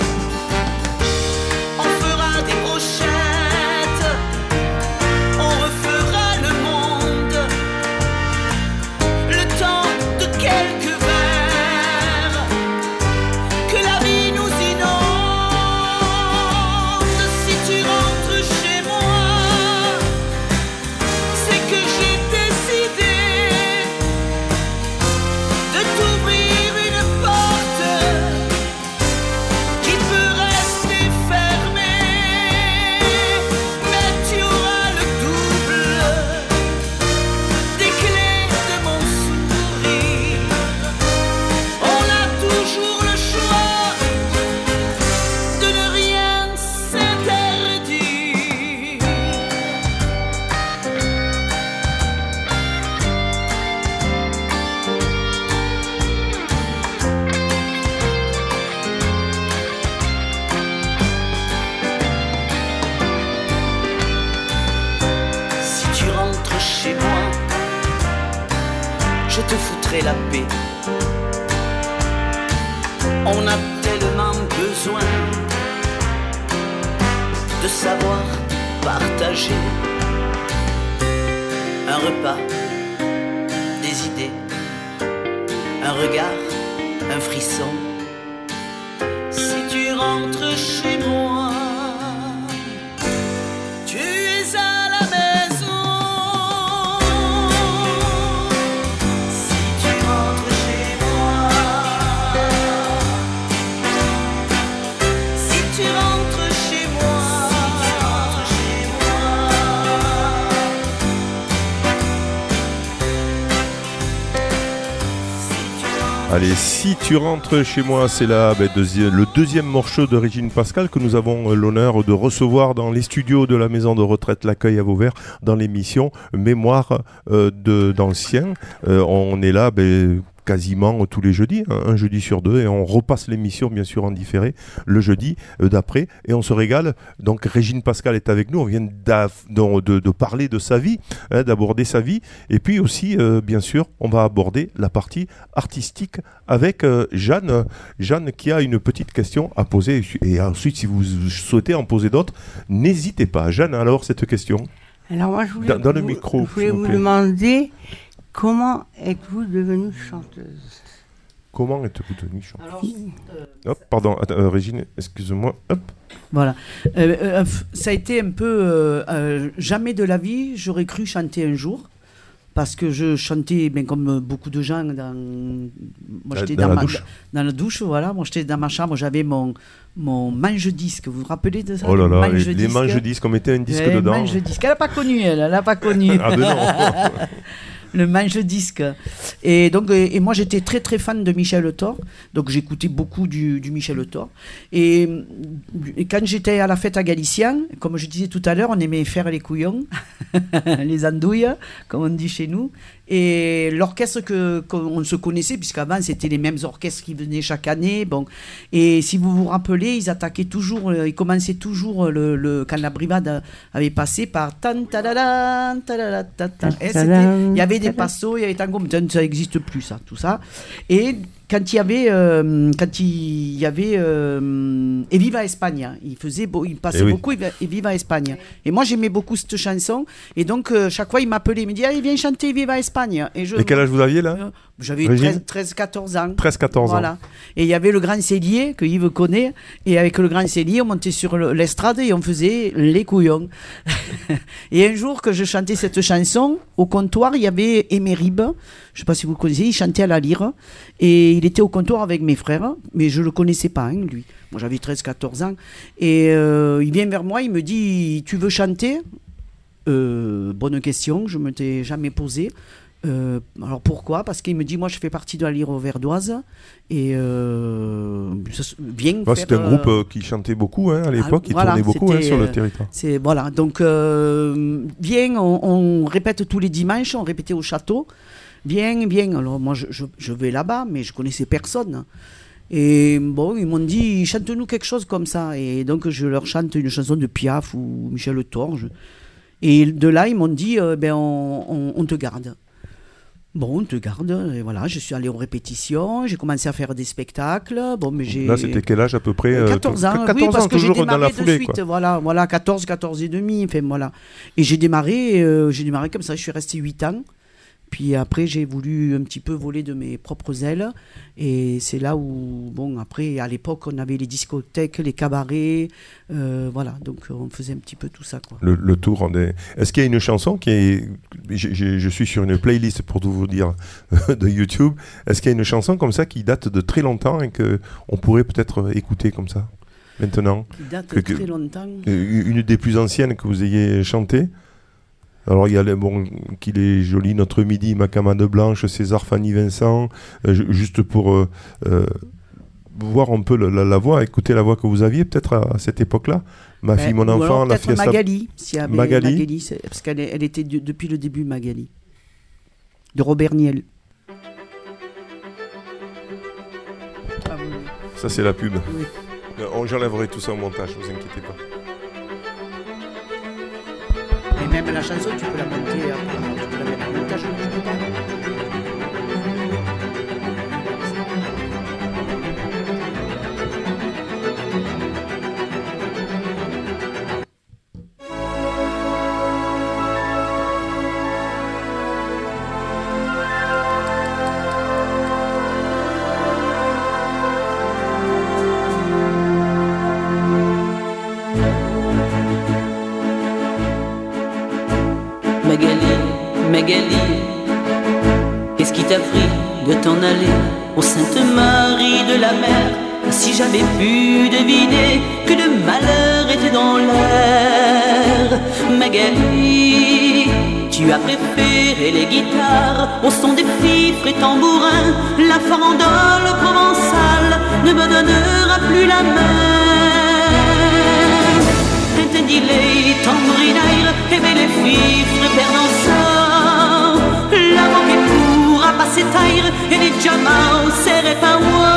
[SPEAKER 1] on fera des brochettes, on refera le monde, le temps de quelques verres, que la vie nous inonde. Si tu rentres chez moi, c'est que j'ai décidé de t'ouvrir une porte qui peut rester fermée, mais tu auras le double des clés de mon sourire. On a toujours le choix de ne rien s'interdire. Si tu rentres chez moi, je te foutrai la paix. On a tellement besoin de savoir partager un repas, des idées, un regard, un frisson. Si tu rentres chez moi, tu es à la maison. Si tu rentres chez moi, si tu rentres chez moi, si tu rentres chez moi.
[SPEAKER 2] Allez, si tu rentres chez moi, c'est là ben, deuxi- le deuxième morceau de Régine Pascal que nous avons euh, l'honneur de recevoir dans les studios de la maison de retraite L'Accueil à Vauvert dans l'émission Mémoire euh, de, d'anciens. Euh, on est là ben, quasiment tous les jeudis, hein, un jeudi sur deux, et on repasse l'émission bien sûr en différé le jeudi euh, d'après, et on se régale. Donc Régine Pascal est avec nous, on vient d'aff- de, de, de parler de sa vie, hein, d'aborder sa vie, et puis aussi euh, bien sûr on va aborder la partie artistique avec euh, Jeanne, Jeanne qui a une petite question à poser, et ensuite si vous souhaitez en poser d'autres, n'hésitez pas. Jeanne, alors cette question
[SPEAKER 4] Alors moi, je voulais,
[SPEAKER 2] dans, dans le
[SPEAKER 4] vous,
[SPEAKER 2] micro,
[SPEAKER 4] je voulais
[SPEAKER 2] s'il vous
[SPEAKER 4] vous
[SPEAKER 2] plaît.
[SPEAKER 4] demander comment êtes-vous devenue chanteuse?
[SPEAKER 2] Comment êtes-vous devenue chanteuse?
[SPEAKER 3] Alors, euh,
[SPEAKER 2] Hop, pardon, attends, euh, Régine, excuse-moi. Hop.
[SPEAKER 3] Voilà. Euh, euh, f- ça a été un peu... euh, euh, jamais de la vie, j'aurais cru chanter un jour. Parce que je chantais, ben, comme beaucoup de gens, dans, moi,
[SPEAKER 2] Dans
[SPEAKER 3] j'étais
[SPEAKER 2] la
[SPEAKER 3] ma,
[SPEAKER 2] douche.
[SPEAKER 3] dans la douche, voilà. Moi, j'étais dans ma chambre, j'avais mon, mon manche-disque. Vous vous rappelez de ça?
[SPEAKER 2] Oh là
[SPEAKER 3] le
[SPEAKER 2] là, les,
[SPEAKER 3] manche-disque
[SPEAKER 2] les manches-disques, on mettait un disque
[SPEAKER 3] Ouais,
[SPEAKER 2] dedans.
[SPEAKER 3] manche-disque. Elle n'a pas connu, elle. Elle n'a pas connu.
[SPEAKER 2] Ah ben non.
[SPEAKER 3] Le manche-disque. Et donc, et, et moi, j'étais très, très fan de Michel Thor. Donc, j'écoutais beaucoup du, du Michel Thor. Et, et quand j'étais à la fête à Galicien, comme je disais tout à l'heure, on aimait faire les couillons, les andouilles, comme on dit chez nous. Et l'orchestre que, qu'on se connaissait, puisqu'avant, c'était les mêmes orchestres qui venaient chaque année. Bon. Et si vous vous rappelez, ils attaquaient toujours, ils commençaient toujours, le, le, quand la brigade avait passé, par tan tadadam, tadadam, tadadam. Et c'était- il y avait des passos, il y avait tango, maintenant ça n'existe plus, ça, tout ça. Et quand il y avait, euh, quand il y avait euh, Et Viva Espagne, hein, il faisait, beau, il passait
[SPEAKER 2] Eh oui.
[SPEAKER 3] beaucoup Et Viva Espagne. Et moi j'aimais beaucoup cette chanson, et donc euh, chaque fois il m'appelait, il me dit allez viens chanter Viva Espagne. Et, je,
[SPEAKER 2] Et quel âge vous aviez là?
[SPEAKER 3] euh, J'avais
[SPEAKER 2] Régine
[SPEAKER 3] treize quatorze ans.
[SPEAKER 2] treize quatorze ans.
[SPEAKER 3] Voilà. Et il y avait le Grand Cellier, que Yves connaît, et avec le Grand Cellier, on montait sur le- l'estrade et on faisait les couillons. Et un jour que je chantais cette chanson, au comptoir, il y avait Aimé Rib, je ne sais pas si vous le connaissez, il chantait à la lyre, et il était au comptoir avec mes frères, mais je ne le connaissais pas, hein, lui. Moi j'avais treize quatorze ans, et euh, il vient vers moi, il me dit, tu veux chanter? Euh, bonne question, je ne me t'ai jamais posée. Euh, alors pourquoi? Parce qu'il me dit, moi je fais partie de la lyre auverdoise, et euh, ça se- viens
[SPEAKER 2] Bah,
[SPEAKER 3] faire,
[SPEAKER 2] c'était un
[SPEAKER 3] euh,
[SPEAKER 2] groupe euh, qui chantait beaucoup hein, à l'époque, qui
[SPEAKER 3] voilà,
[SPEAKER 2] tournait beaucoup hein,
[SPEAKER 3] c'était,
[SPEAKER 2] sur le
[SPEAKER 3] euh,
[SPEAKER 2] territoire.
[SPEAKER 3] c'est voilà, donc euh, viens, on, on répète tous les dimanches, on répétait au château. Viens, viens. Alors moi je, je, je vais là-bas, mais je connaissais personne. Et bon, ils m'ont dit chante-nous quelque chose comme ça. Et donc je leur chante une chanson de Piaf ou Michel Thor. je- Et de là ils m'ont dit euh, ben on, on, on te garde. Bon, on te garde. Et voilà, je suis allé aux répétitions, j'ai commencé à faire des spectacles. Bon, mais j'ai
[SPEAKER 2] Là, c'était quel âge à peu près? euh,
[SPEAKER 3] quatorze ans,
[SPEAKER 2] quatorze
[SPEAKER 3] oui, parce
[SPEAKER 2] ans,
[SPEAKER 3] que j'ai
[SPEAKER 2] toujours dans
[SPEAKER 3] démarré
[SPEAKER 2] la
[SPEAKER 3] de
[SPEAKER 2] foulée.
[SPEAKER 3] suite,
[SPEAKER 2] Quoi.
[SPEAKER 3] voilà, voilà, quatorze, quatorze et demi, enfin voilà. Et j'ai démarré, euh, j'ai démarré comme ça, je suis resté huit ans. Puis après, j'ai voulu un petit peu voler de mes propres ailes. Et c'est là où, bon, après, à l'époque, on avait les discothèques, les cabarets, euh, voilà. Donc, on faisait un petit peu tout ça, quoi.
[SPEAKER 2] Le, le tour en est... Est-ce qu'il y a une chanson qui est... j'ai- j'ai- Je suis sur une playlist, pour tout vous dire, de YouTube. Est-ce qu'il y a une chanson comme ça qui date de très longtemps et qu'on pourrait peut-être écouter comme ça, maintenant?
[SPEAKER 3] Qui date
[SPEAKER 2] Que- que-
[SPEAKER 3] très longtemps.
[SPEAKER 2] Euh, Une des plus anciennes que vous ayez chantée? Alors, il y a les, bon, qu'il est joli, Notre Midi, Ma Camade Blanche, César, Fanny, Vincent, euh, ju- juste pour euh, euh, voir un peu la, la, la voix, écouter la voix que vous aviez peut-être à, à cette époque-là. Ma
[SPEAKER 3] Ben,
[SPEAKER 2] fille, mon
[SPEAKER 3] ou
[SPEAKER 2] enfant,
[SPEAKER 3] alors
[SPEAKER 2] la
[SPEAKER 3] peut-être
[SPEAKER 2] fiesta.
[SPEAKER 3] Magali, s'il y avait
[SPEAKER 2] Magali.
[SPEAKER 3] Magali, c'est- parce qu'elle est- elle était de- depuis le début Magali. De Robert Niel. Ah, oui, oui.
[SPEAKER 2] Ça, c'est la pub.
[SPEAKER 3] Oui.
[SPEAKER 2] Euh, on- J'enlèverai tout ça au montage, ne vous inquiétez pas.
[SPEAKER 3] Et même la chanson, tu peux la monter, après, tu peux la mettre en montage, tu peux pas.
[SPEAKER 1] qu'est-ce qui t'a pris de t'en aller aux Sainte Marie de la Mer? Si j'avais pu deviner que le malheur était dans l'air. Magali, tu as préféré les guitares au son des fifres et tambourins. La farandole provençale ne me donnera plus la main. Entendi les tambourinaires et les fifres perdant ça. La banque pourra passer taille et les diamants serrés par moi.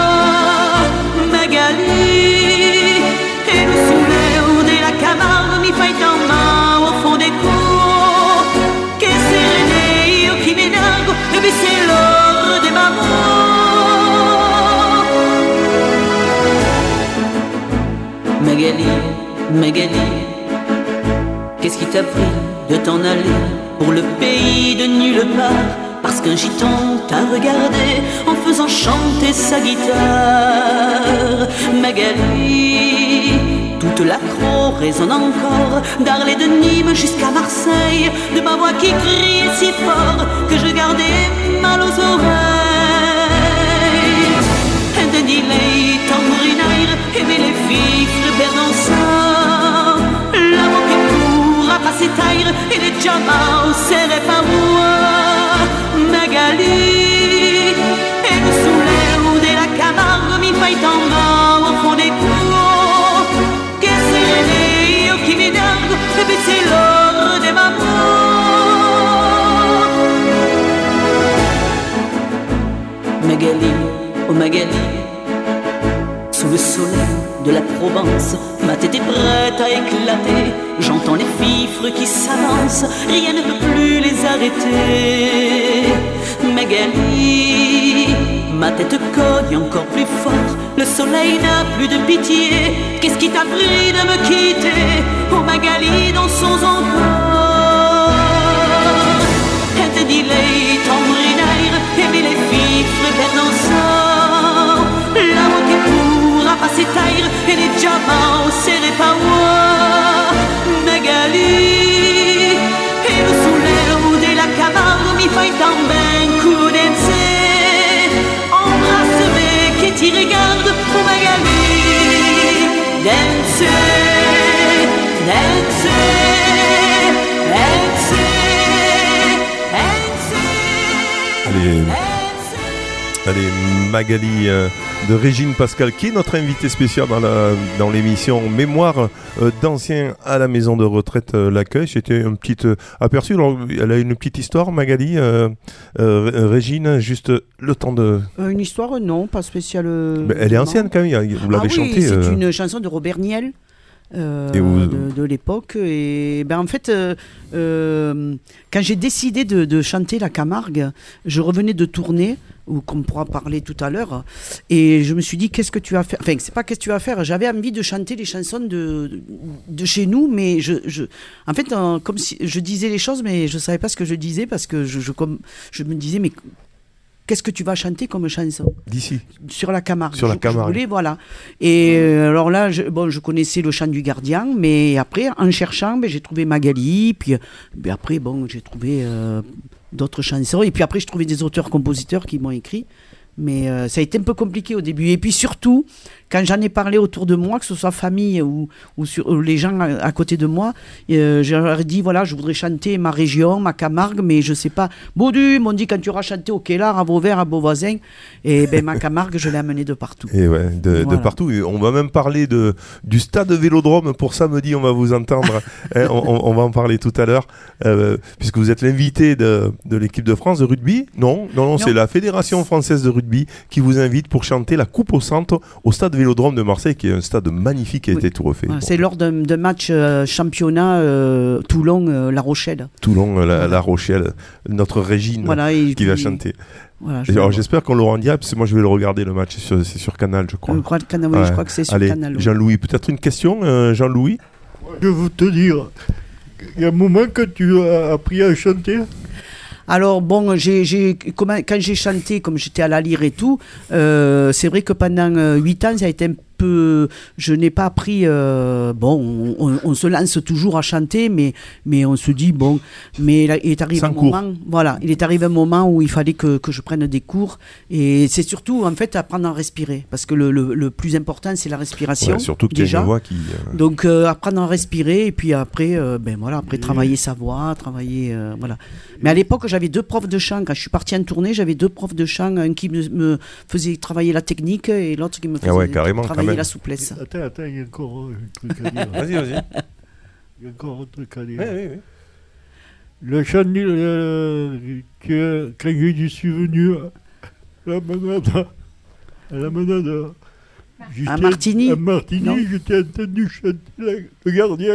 [SPEAKER 1] Magali, et le soulève de la Camargue mi fai en main au fond des cours. Que c'est io qui m'énerve, et puis c'est l'or des mamans. Magali, Magali, qu'est-ce qui t'a pris de t'en aller pour le pays de nulle part? Parce qu'un gitan t'a regardé en faisant chanter sa guitare. Magali, toute l'accro résonne encore d'Arles de Nîmes jusqu'à Marseille, de ma voix qui criait si fort que je gardais mal aux oreilles. Entendi les tambourinaires et les fifres perdant ça. La voix qui pourra passer taille et les diamants serrés par moi. Magali, et le soulève de la Camargue mi fai en main au fond des cours. Que c'est io qui m'énerve, et puis c'est l'or des mamans. Magali, oh Magali, sous le soleil de la Provence, ma tête est prête à éclater. J'entends les fifres qui s'avancent, rien ne peut plus les arrêter. Magali, ma tête cogne encore plus fort. Le soleil n'a plus de pitié. Qu'est-ce qui t'a pris de me quitter? Oh Magali, dansons encore. Entendi les tambourinaires et les fifres perdant ça. La voix qui pourra passer taille et les diamants serrés par moi. Magali, et le soulève de la Camargue mi fai tan ben cudenze. Embrasse-me che ti regarde, oh Magali. Dance, dance, dance, dance.
[SPEAKER 2] Allez, allez Magali euh, de Régine Pascal, qui est notre invitée spéciale dans, la, dans l'émission Mémoire euh, d'anciens à la maison de retraite euh, L'Accueil. C'était un petit euh, aperçu. Alors, elle a une petite histoire, Magali, euh, euh, Régine, juste le temps de...
[SPEAKER 3] Euh, une histoire, non, pas spéciale.
[SPEAKER 2] Mais elle est ancienne quand même, vous l'avez
[SPEAKER 3] ah,
[SPEAKER 2] chantée.
[SPEAKER 3] Oui, c'est
[SPEAKER 2] euh...
[SPEAKER 3] une chanson de Robert Niel. Euh,
[SPEAKER 2] et vous...
[SPEAKER 3] de, de l'époque et ben en fait euh, euh, quand j'ai décidé de, de chanter la Camargue, je revenais de tournée ou qu'on pourra parler tout à l'heure et je me suis dit qu'est-ce que tu vas faire, enfin c'est pas qu'est-ce que tu vas faire, j'avais envie de chanter les chansons de, de chez nous mais je, je en fait euh, comme si je disais les choses mais je savais pas ce que je disais parce que je, je, comme, je me disais mais qu'est-ce que tu vas chanter comme chanson
[SPEAKER 2] d'ici
[SPEAKER 3] sur la Camargue?
[SPEAKER 2] Sur la
[SPEAKER 3] je,
[SPEAKER 2] Camargue.
[SPEAKER 3] Je voulais, voilà. Et euh, alors là, je, bon, je connaissais le chant du gardien, mais après, en cherchant, ben, j'ai trouvé Magali. Puis ben, après, bon, j'ai trouvé euh, d'autres chansons. Et puis après, j'ai trouvé des auteurs-compositeurs qui m'ont écrit. Mais euh, ça a été un peu compliqué au début. Et puis surtout, quand j'en ai parlé autour de moi, que ce soit famille ou, ou, sur, ou les gens à, à côté de moi, euh, j'ai dit, voilà, je voudrais chanter ma région, ma Camargue, mais je sais pas. Baudu, m'ont dit, quand tu auras chanté au Kellar, à Vauvert, à Beauvoisin, et ben ma Camargue, je l'ai amenée de partout.
[SPEAKER 2] Et ouais, de, voilà. de partout. Et on va même parler de, du stade Vélodrome pour samedi, on va vous entendre. hein, on, on va en parler tout à l'heure, euh, puisque vous êtes l'invité de, de l'équipe de France de rugby. Non, non, non, non. C'est la Fédération française de rugby qui vous invite pour chanter la Coupe au Centre au stade Vélodrome de Marseille, qui est un stade magnifique qui a oui. été tout refait.
[SPEAKER 3] Voilà, bon. C'est lors d'un, d'un match euh, championnat euh, Toulon-La euh, Rochelle.
[SPEAKER 2] Toulon-La euh, La Rochelle, notre Régine voilà, qui puis, va chanter. Voilà, alors vois. J'espère qu'on l'aura en direct, parce que moi je vais le regarder le match, c'est sur, c'est sur Canal je crois.
[SPEAKER 3] Je crois, Canal, oui, ouais. je crois que c'est sur
[SPEAKER 2] Allez,
[SPEAKER 3] Canal. Oui.
[SPEAKER 2] Jean-Louis, peut-être une question, euh, Jean-Louis?
[SPEAKER 8] Je veux te dire, il y a un moment que tu as appris à chanter.
[SPEAKER 3] Alors bon, j'ai, j'ai, quand j'ai chanté, comme j'étais à la lyre et tout, euh, c'est vrai que pendant huit ans, ça a été un peu, je n'ai pas appris. Euh, bon, on, on se lance toujours à chanter, mais mais on se dit bon, mais il est arrivé
[SPEAKER 2] Sans
[SPEAKER 3] un
[SPEAKER 2] cours.
[SPEAKER 3] moment, voilà, il est arrivé un moment où il fallait que que je prenne des cours, et c'est surtout en fait apprendre à respirer, parce que le le, le plus important c'est la respiration.
[SPEAKER 2] Ouais, surtout que tu as
[SPEAKER 3] déjà.
[SPEAKER 2] une voix qui. euh,
[SPEAKER 3] Donc euh, apprendre à respirer, et puis après, euh, ben voilà, après travailler sa voix, travailler, euh, voilà. Mais à l'époque, j'avais deux profs de chant. Quand je suis partie en tournée, j'avais deux profs de chant, un qui me, me faisait travailler la technique et l'autre qui me faisait
[SPEAKER 2] Ah ouais, carrément, quand
[SPEAKER 3] travailler
[SPEAKER 2] même.
[SPEAKER 3] la souplesse.
[SPEAKER 8] Attends, attends, il y a encore un truc à dire.
[SPEAKER 2] Vas-y, vas-y.
[SPEAKER 8] Il y a encore un truc à dire.
[SPEAKER 2] Oui, oui, oui.
[SPEAKER 8] Le chant, euh, que, quand je suis venu à la manade, à la manade, j'étais-
[SPEAKER 3] À Martigny
[SPEAKER 8] à Martigny,
[SPEAKER 3] Non.
[SPEAKER 8] j'étais entendu chanter la- le gardien.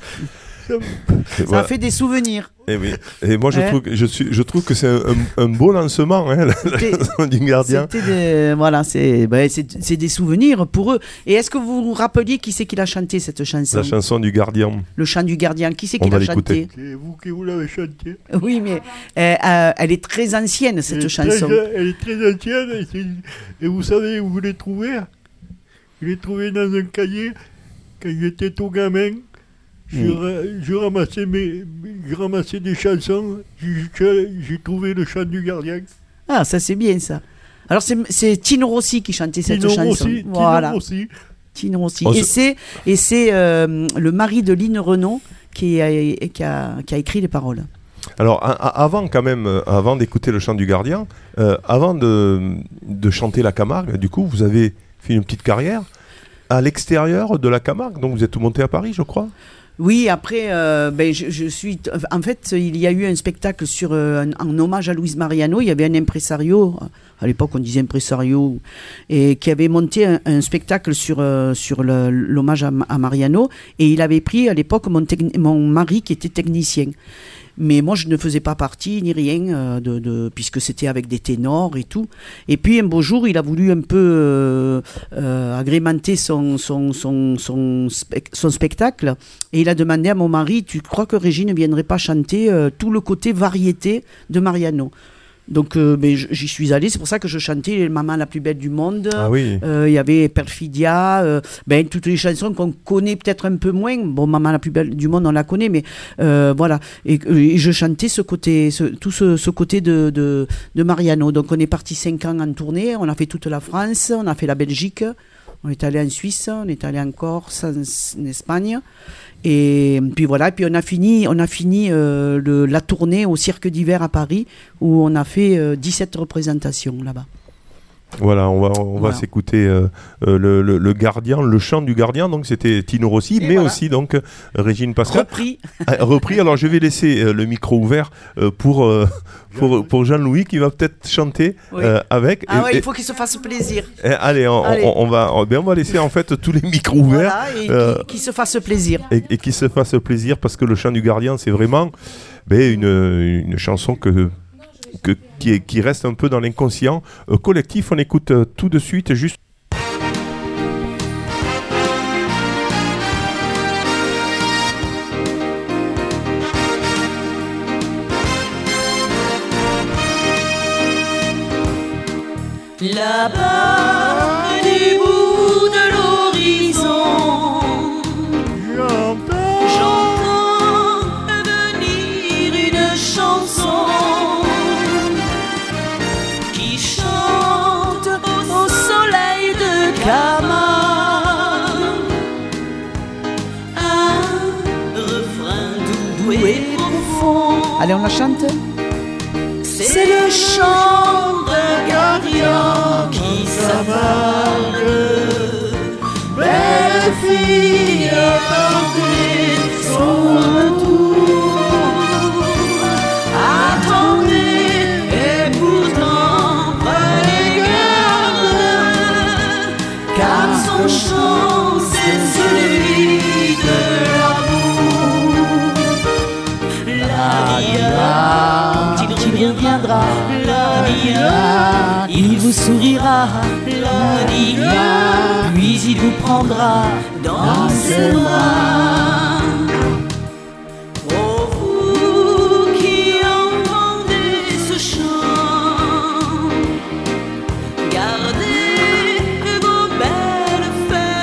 [SPEAKER 8] Ça me-
[SPEAKER 3] Ça
[SPEAKER 2] Voilà.
[SPEAKER 3] a fait des souvenirs.
[SPEAKER 2] Et, oui. Et moi, je,
[SPEAKER 3] Ouais.
[SPEAKER 2] trouve, que- je, suis, je trouve que c'est un, un- un beau lancement, hein, la, la
[SPEAKER 3] C'était-
[SPEAKER 2] chanson du gardien.
[SPEAKER 3] C'était des, voilà, c'est, ben, c'est, c'est des souvenirs pour eux. Et est-ce que vous vous rappeliez qui c'est qui l'a chanté cette chanson?
[SPEAKER 2] La chanson du gardien.
[SPEAKER 3] Le chant du gardien. Qui c'est
[SPEAKER 2] On
[SPEAKER 3] qui
[SPEAKER 2] va
[SPEAKER 3] l'a
[SPEAKER 2] l'écouter.
[SPEAKER 3] chanté?
[SPEAKER 8] C'est vous qui vous l'avez chanté.
[SPEAKER 3] Oui, mais euh, euh, elle est très ancienne cette
[SPEAKER 8] Elle est
[SPEAKER 3] chanson.
[SPEAKER 8] très- elle est très ancienne. Et, c'est- et vous savez où vous l'avez trouvée? Je l'ai trouvée dans un cahier quand j'étais tout gamin. Je,
[SPEAKER 3] Mm.
[SPEAKER 8] ra- je ramassais, mes, je ramassais des chansons. J'ai, j'ai trouvé le chant du gardien.
[SPEAKER 3] Ah, ça c'est bien ça. Alors c'est, c'est Tino Rossi qui chantait cette
[SPEAKER 8] Tino
[SPEAKER 3] chanson.
[SPEAKER 8] Rossi,
[SPEAKER 3] Voilà.
[SPEAKER 8] Tino Rossi.
[SPEAKER 3] Tino Rossi.
[SPEAKER 2] Oh,
[SPEAKER 3] et
[SPEAKER 2] ce-
[SPEAKER 3] c'est, et c'est euh, le mari de Lynn Renaud qui a, qui a, qui a écrit les paroles.
[SPEAKER 2] Alors, a- a- avant quand même, euh, avant d'écouter le chant du gardien, euh, avant de, de chanter la Camargue, du coup, vous avez fait une petite carrière à l'extérieur de la Camargue. Donc, vous êtes monté à Paris, je crois.
[SPEAKER 3] Oui, après, euh, ben, je, je suis. En fait, il y a eu un spectacle sur, euh, un- en hommage à Luis Mariano. Il y avait un impresario, à l'époque on disait impresario, et qui avait monté un, un spectacle sur, euh, sur le- l'hommage à, à Mariano. Et il avait pris à l'époque mon, techni- mon mari qui était technicien. Mais moi, je ne faisais pas partie, ni rien, euh, de, de, puisque c'était avec des ténors et tout. Et puis, un beau jour, il a voulu un peu euh, euh, agrémenter son, son, son, son, spec- son spectacle. Et il a demandé à mon mari, tu crois que Régine ne viendrait pas chanter euh, tout le côté variété de Mariano? Donc, euh, ben, j- j'y suis allée. C'est pour ça que je chantais Maman la plus belle du monde.
[SPEAKER 2] Ah oui.
[SPEAKER 3] Euh, Il y avait Perfidia, euh, ben, toutes les chansons qu'on connaît peut-être un peu moins. Bon, Maman la plus belle du monde, on la connaît, mais euh, voilà. Et, et je chantais ce côté, ce, tout ce, ce côté de, de, de Mariano. Donc, on est parti cinq ans en tournée. On a fait toute la France, on a fait la Belgique, on est allé en Suisse, on est allé en Corse, en, en Espagne. Et puis voilà, et puis on a fini, on a fini euh, le, la tournée au Cirque d'hiver à Paris, où on a fait euh, dix-sept représentations là-bas.
[SPEAKER 2] Voilà, on va, on
[SPEAKER 3] Voilà.
[SPEAKER 2] va s'écouter euh, euh, le, le, le gardien, le chant du gardien. Donc, c'était Tino Rossi,
[SPEAKER 3] Et
[SPEAKER 2] mais
[SPEAKER 3] voilà.
[SPEAKER 2] aussi donc euh, Régine Pascal.
[SPEAKER 3] Repris.
[SPEAKER 2] Ah, repris. Alors, je vais laisser euh, le micro ouvert euh, pour, euh, pour, pour Jean-Louis qui va peut-être chanter
[SPEAKER 3] Oui.
[SPEAKER 2] euh, avec.
[SPEAKER 3] Ah
[SPEAKER 2] Et-
[SPEAKER 3] ouais,
[SPEAKER 2] et-
[SPEAKER 3] il faut qu'il se fasse plaisir.
[SPEAKER 2] et- allez, on,
[SPEAKER 3] Allez.
[SPEAKER 2] on- on va, on, ben, on va laisser en fait tous les micros ouverts.
[SPEAKER 3] Voilà, et
[SPEAKER 2] euh,
[SPEAKER 3] qu'il qu'il se fasse plaisir.
[SPEAKER 2] et, et qui se fasse plaisir parce que le chant du gardien c'est vraiment ben, une, une chanson que, que, qui, est- qui reste un peu dans l'inconscient euh, collectif. On écoute euh, tout de suite juste.
[SPEAKER 1] Là-bas, du bout de l'horizon, j'entends venir une chanson qui chante au soleil de Camargue. Un refrain doux et profond.
[SPEAKER 3] Allez, on la chante.
[SPEAKER 1] C'est le chant d'un gardien qui s'avale. Belle fille, attendez son retour. Attendez, et pourtant prenez garde, car son chant c'est celui de l'amour. La dira, il reviendra, la dira, il vous sourira, la dira, puis il vous prendra dans ses bras. Oh, vous qui entendez ce chant, gardez vos belles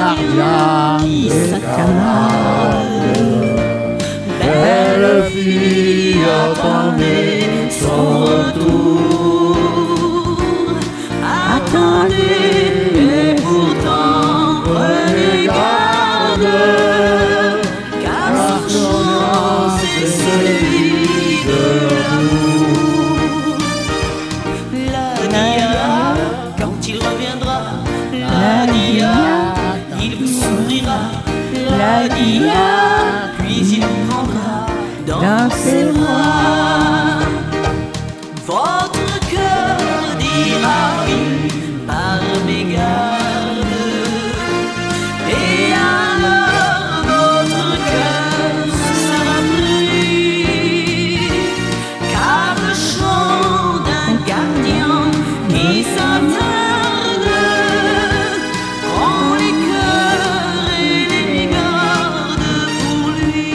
[SPEAKER 7] gardien des canards.
[SPEAKER 1] Belle fille attendez son retour. Attendez, et pourtant prenez garde, car son chant c'est celui de l'amour. La dia, quand il reviendra, la dia, il vous sourira. La dia, puis il vous prendra dans ses bras. Votre cœur dira oui par mégarde, et alors votre cœur sera pris, car le chant d'un gardien qui s'attarde prend les cœurs et les garde pour lui.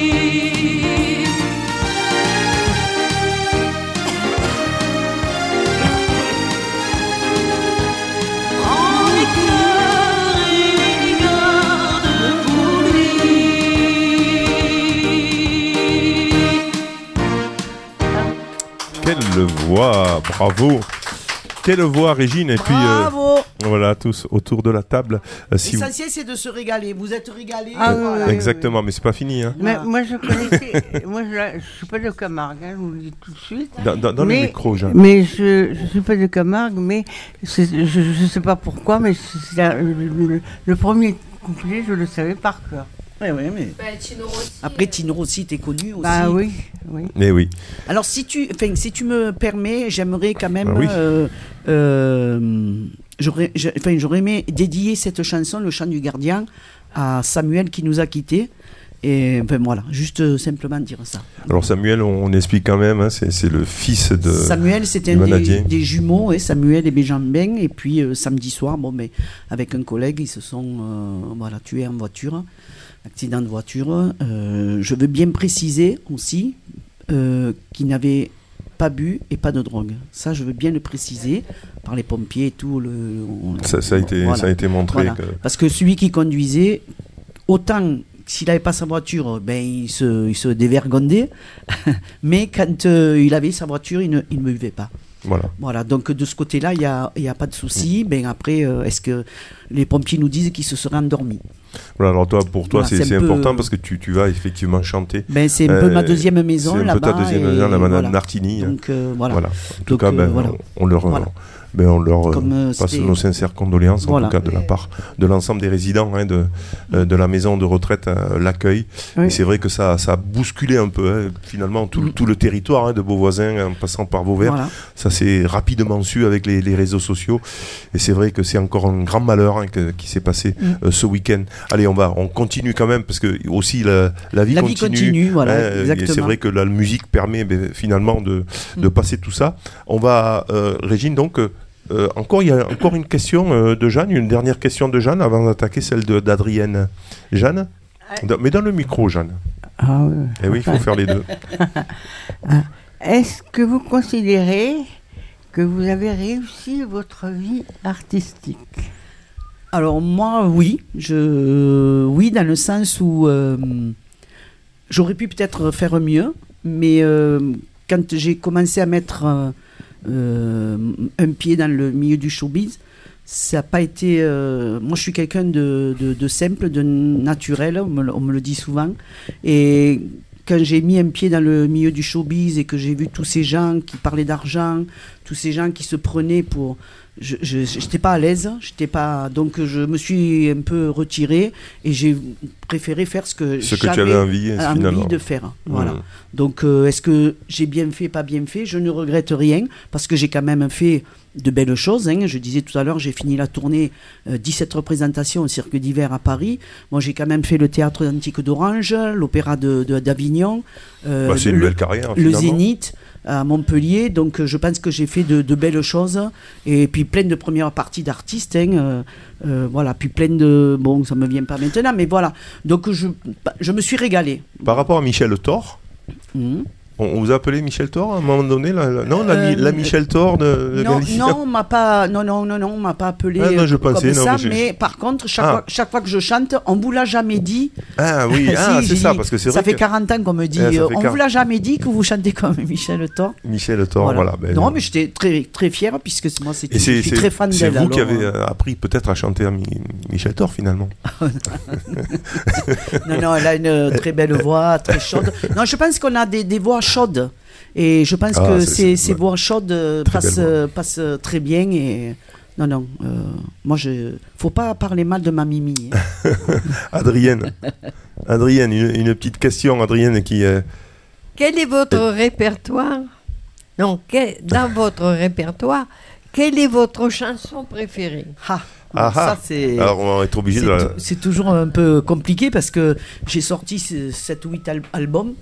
[SPEAKER 1] Prends les cœurs et les garde pour lui.
[SPEAKER 2] Quelle voix, bravo. Quelle voix, Régine. Et puis, euh,
[SPEAKER 3] Bravo.
[SPEAKER 2] voilà, tous autour de la table. Euh, si vous-
[SPEAKER 3] L'essentiel, c'est de se régaler. Vous êtes régalés.
[SPEAKER 4] Ah,
[SPEAKER 3] euh,
[SPEAKER 4] oui,
[SPEAKER 3] voilà.
[SPEAKER 4] oui.
[SPEAKER 2] Exactement, mais c'est pas fini. Hein.
[SPEAKER 4] Mais moi, je connaissais. moi, je ne suis pas de Camargue, hein, je vous le dis tout de suite.
[SPEAKER 2] Dans, dans- dans le
[SPEAKER 4] Mais-
[SPEAKER 2] micro, Jeanne.
[SPEAKER 4] Mais je ne suis pas de Camargue, mais c'est- je ne sais pas pourquoi, mais c'est la- le, le- le premier couplet, je le savais par cœur.
[SPEAKER 3] Ouais, ouais, mais...
[SPEAKER 9] Bah, Tino Rossi,
[SPEAKER 3] Après,
[SPEAKER 9] euh,
[SPEAKER 3] Tino Rossi, t'es connu aussi.
[SPEAKER 4] Ah oui, oui.
[SPEAKER 2] Eh oui.
[SPEAKER 3] Alors, si tu, enfin, si tu me permets, j'aimerais quand même.
[SPEAKER 2] Ah oui.
[SPEAKER 3] euh, euh, j'aurais, j'ai- enfin, j'aurais aimé dédier cette chanson, Le Chant du Gardien, à Samuel qui nous a quittés. Et enfin, voilà, juste euh, simplement dire ça.
[SPEAKER 2] Alors Samuel, on, on explique quand même, hein, c'est, c'est le fils de...
[SPEAKER 3] Samuel, c'était
[SPEAKER 2] du
[SPEAKER 3] un des,
[SPEAKER 2] Manadier.
[SPEAKER 3] des jumeaux, et Samuel et Benjamin. Et puis euh, samedi soir, bon, mais avec un collègue, ils se sont euh, voilà, tués en voiture, accident de voiture. Euh, je veux bien préciser aussi euh, qu'ils n'avaient pas bu et pas de drogue. Ça, je veux bien le préciser par les pompiers et tout. Le, on-
[SPEAKER 2] Ça, ça a été,
[SPEAKER 3] voilà.
[SPEAKER 2] ça a été montré.
[SPEAKER 3] Voilà.
[SPEAKER 2] que-
[SPEAKER 3] Parce que celui qui conduisait, autant s'il n'avait pas sa voiture, ben, il, se, il se dévergondait, mais quand euh, il avait sa voiture, il ne, il ne buvait pas.
[SPEAKER 2] Voilà.
[SPEAKER 3] Voilà, donc de ce côté-là, il n'y a, il y a pas de souci. Ben, après, euh, est-ce que les pompiers nous disent qu'ils se seraient endormis?
[SPEAKER 2] Voilà, alors toi, pour toi,
[SPEAKER 3] Voilà,
[SPEAKER 2] c'est,
[SPEAKER 3] c'est un
[SPEAKER 2] c'est
[SPEAKER 3] peu,
[SPEAKER 2] important
[SPEAKER 3] euh,
[SPEAKER 2] parce que tu, tu vas effectivement chanter.
[SPEAKER 3] Ben, c'est un peu
[SPEAKER 2] Euh,
[SPEAKER 3] ma deuxième maison
[SPEAKER 2] c'est un
[SPEAKER 3] là-bas.
[SPEAKER 2] peu ta deuxième
[SPEAKER 3] et
[SPEAKER 2] maison, la Madame
[SPEAKER 3] voilà.
[SPEAKER 2] Nartini. hein.
[SPEAKER 3] Donc euh, voilà.
[SPEAKER 2] Voilà. En tout
[SPEAKER 3] Donc,
[SPEAKER 2] cas,
[SPEAKER 3] euh,
[SPEAKER 2] ben,
[SPEAKER 3] voilà.
[SPEAKER 2] on, on leur,
[SPEAKER 3] Voilà.
[SPEAKER 2] ben, on leur euh,
[SPEAKER 3] Comme, euh,
[SPEAKER 2] passe
[SPEAKER 3] c'était-
[SPEAKER 2] nos sincères condoléances,
[SPEAKER 3] Voilà.
[SPEAKER 2] en tout cas de la part de l'ensemble des résidents hein, de, euh, de la maison de retraite, euh, l'accueil.
[SPEAKER 4] Oui.
[SPEAKER 2] Et c'est vrai que ça, ça a bousculé un peu, hein, finalement, tout, le- tout le territoire hein, de Beauvoisin, en passant par Vauvert.
[SPEAKER 3] Voilà.
[SPEAKER 2] Ça s'est rapidement su avec les, les réseaux sociaux. Et c'est vrai que c'est encore un grand malheur hein, que- qui s'est passé
[SPEAKER 3] Mm.
[SPEAKER 2] euh, ce week-end. Allez, on va, on continue quand même, parce que aussi la, la vie
[SPEAKER 3] La vie
[SPEAKER 2] continue.
[SPEAKER 3] continue, voilà,
[SPEAKER 2] hein, et
[SPEAKER 3] exactement.
[SPEAKER 2] c'est vrai que la musique permet ben, finalement de, de
[SPEAKER 3] Mm.
[SPEAKER 2] passer tout ça. On va, euh, Régine, donc, euh, euh, encore, il y a encore une question euh, de Jeanne, une dernière question de Jeanne avant d'attaquer celle de, d'Adrienne. Jeanne Dans- Mais dans le micro, Jeanne.
[SPEAKER 4] Ah oui.
[SPEAKER 2] Eh oui, il faut faire les deux.
[SPEAKER 4] Est-ce que vous considérez que vous avez réussi votre vie artistique?
[SPEAKER 3] Alors moi, oui, je, oui, dans le sens où euh, j'aurais pu peut-être faire mieux, mais euh, quand j'ai commencé à mettre euh, euh, un pied dans le milieu du showbiz, ça n'a pas été. euh, moi, je suis quelqu'un de, de, de simple, de naturel, on me, le- on me le dit souvent, et quand j'ai mis un pied dans le milieu du showbiz et que j'ai vu tous ces gens qui parlaient d'argent, tous ces gens qui se prenaient pour... Je n'étais pas à l'aise, j'étais pas, donc je me suis un peu retiré et j'ai préféré faire ce que
[SPEAKER 2] Ce que tu
[SPEAKER 3] j'avais
[SPEAKER 2] avais envie,
[SPEAKER 3] envie
[SPEAKER 2] finalement.
[SPEAKER 3] de faire. Voilà.
[SPEAKER 2] Mmh.
[SPEAKER 3] Donc euh, est-ce que j'ai bien fait, pas bien fait? Je ne regrette rien parce que j'ai quand même fait de belles choses. Hein. Je disais tout à l'heure, j'ai fini la tournée, euh, dix-sept représentations au Cirque d'hiver à Paris. Moi, j'ai quand même fait le théâtre antique d'Orange, l'opéra de, de- d'Avignon, euh,
[SPEAKER 2] Bah, c'est une
[SPEAKER 3] le-
[SPEAKER 2] belle carrière,
[SPEAKER 3] le
[SPEAKER 2] finalement.
[SPEAKER 3] Zénith à Montpellier. Donc euh, je pense que j'ai fait de, de belles choses et puis plein de premières parties d'artistes. Hein, euh, euh, voilà, puis plein de... Bon, ça me vient pas maintenant, mais voilà. Donc je, je me suis régalé.
[SPEAKER 2] Par rapport à Michel Thor,
[SPEAKER 3] Mhm.
[SPEAKER 2] On, on vous a appelé Michel Thor à un moment donné la, la, Non, la,
[SPEAKER 3] Euh,
[SPEAKER 2] la Michel Thor de, de
[SPEAKER 3] Non,
[SPEAKER 2] Galicia.
[SPEAKER 3] non, on m'a pas, non, non, non, non, on m'a pas appelé
[SPEAKER 2] Ah, non, je
[SPEAKER 3] euh, comme
[SPEAKER 2] pensais, non,
[SPEAKER 3] ça.
[SPEAKER 2] mais j'ai-
[SPEAKER 3] Mais par contre, chaque,
[SPEAKER 2] Ah.
[SPEAKER 3] fois, chaque fois que je chante, on vous l'a jamais dit.
[SPEAKER 2] Ah oui,
[SPEAKER 3] Si,
[SPEAKER 2] ah,
[SPEAKER 3] j'ai
[SPEAKER 2] c'est ça,
[SPEAKER 3] dit,
[SPEAKER 2] parce que c'est
[SPEAKER 3] ça
[SPEAKER 2] vrai
[SPEAKER 3] fait
[SPEAKER 2] que
[SPEAKER 3] quarante ans qu'on me dit,
[SPEAKER 2] Ouais, ça
[SPEAKER 3] euh,
[SPEAKER 2] fait
[SPEAKER 3] on
[SPEAKER 2] quarante
[SPEAKER 3] vous l'a jamais dit que vous chantez comme Michel Thor.
[SPEAKER 2] Michel Thor, voilà. ben,
[SPEAKER 3] non, mais j'étais très, très fière puisque moi, c'est,
[SPEAKER 2] Et
[SPEAKER 3] je
[SPEAKER 2] c'est,
[SPEAKER 3] suis
[SPEAKER 2] c'est,
[SPEAKER 3] très fan
[SPEAKER 2] c'est
[SPEAKER 3] d'elle.
[SPEAKER 2] vous qui
[SPEAKER 3] alors,
[SPEAKER 2] avez
[SPEAKER 3] euh,
[SPEAKER 2] euh, appris peut-être à chanter à Mi- Michel Thor finalement.
[SPEAKER 3] Non, non, elle a une très belle voix, très chaude. Non, je pense qu'on a des, des voix chaudes. Et je pense
[SPEAKER 2] Ah,
[SPEAKER 3] que
[SPEAKER 2] c'est-
[SPEAKER 3] ces,
[SPEAKER 2] c'est-
[SPEAKER 3] ces
[SPEAKER 2] ouais.
[SPEAKER 3] voix chaudes euh,
[SPEAKER 2] Très
[SPEAKER 3] passent,
[SPEAKER 2] belle voix.
[SPEAKER 3] euh, passent euh, très bien. Et non, non, euh, moi, je faut pas parler mal de ma Mimi. hein.
[SPEAKER 2] Adrienne, Adrienne, une, une petite question, Adrienne, qui euh,
[SPEAKER 5] Quel est votre répertoire Non, quel- dans votre répertoire, quelle est votre chanson préférée
[SPEAKER 3] Ah,
[SPEAKER 2] Ah,
[SPEAKER 3] ça,
[SPEAKER 2] ah.
[SPEAKER 3] c'est.
[SPEAKER 2] Alors on va être obligé
[SPEAKER 3] C'est,
[SPEAKER 2] de la...
[SPEAKER 3] tou- c'est toujours un peu compliqué parce que j'ai sorti sept ou huit al- albums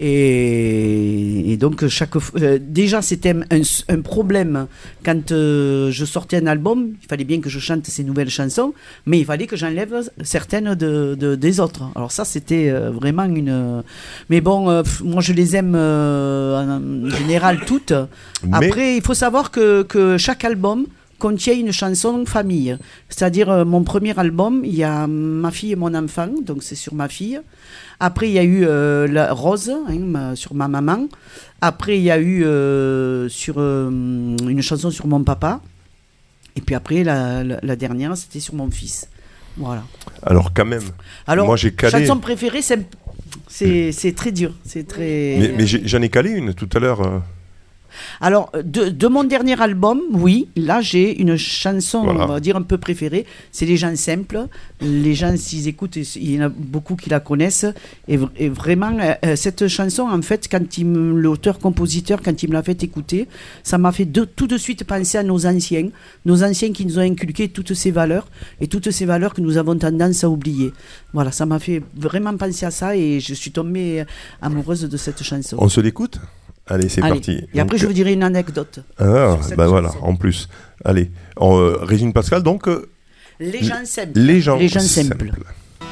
[SPEAKER 3] et, et donc chaque f- euh, déjà c'était un, un- un problème quand euh, je sortais un album, il fallait bien que je chante ces nouvelles chansons, mais il fallait que j'enlève certaines de, de- des autres. Alors ça c'était euh, vraiment une... Mais bon, euh, pff, moi je les aime euh, en général toutes.
[SPEAKER 2] Mais
[SPEAKER 3] Après, il faut savoir que, que chaque album contient une chanson famille. C'est-à-dire, euh, mon premier album, il y a Ma fille et mon enfant, donc c'est sur ma fille. Après, il y a eu euh, la Rose, hein, ma- sur ma maman. Après, il y a eu euh, sur, euh, une chanson sur mon papa. Et puis après, la, la, la dernière, c'était sur mon fils. Voilà.
[SPEAKER 2] alors quand même,
[SPEAKER 3] Alors,
[SPEAKER 2] moi j'ai calé,
[SPEAKER 3] chanson préférée, c'est, c'est, c'est très dur. C'est très...
[SPEAKER 2] mais, mais j'ai- j'en ai calé une tout à l'heure. euh.
[SPEAKER 3] Alors, de, de mon dernier album, oui, là j'ai une chanson,
[SPEAKER 2] Voilà.
[SPEAKER 3] on va dire, un peu préférée. C'est Les gens simples. Les gens, s'ils écoutent, il y en a beaucoup qui la connaissent. Et, v- et vraiment, euh, cette chanson, en fait, quand il me- l'auteur-compositeur, quand il me l'a fait écouter, ça m'a fait de- tout de suite penser à nos anciens. Nos anciens qui nous ont inculqué toutes ces valeurs et toutes ces valeurs que nous avons tendance à oublier. Voilà, ça m'a fait vraiment penser à ça et je suis tombée amoureuse de cette chanson.
[SPEAKER 2] On se l'écoute? Allez, c'est
[SPEAKER 3] Allez.
[SPEAKER 2] parti.
[SPEAKER 3] Et après,
[SPEAKER 2] Donc,
[SPEAKER 3] je vous dirai une anecdote.
[SPEAKER 2] Ah,
[SPEAKER 3] sur cette
[SPEAKER 2] bah voilà,
[SPEAKER 3] chanson.
[SPEAKER 2] en plus. Allez, en, euh, Régine Pascal, donc, euh,
[SPEAKER 3] Les gens simples.
[SPEAKER 2] les gens,
[SPEAKER 3] Les gens simples.
[SPEAKER 2] simples.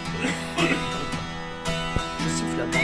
[SPEAKER 3] Je siffle là-bas.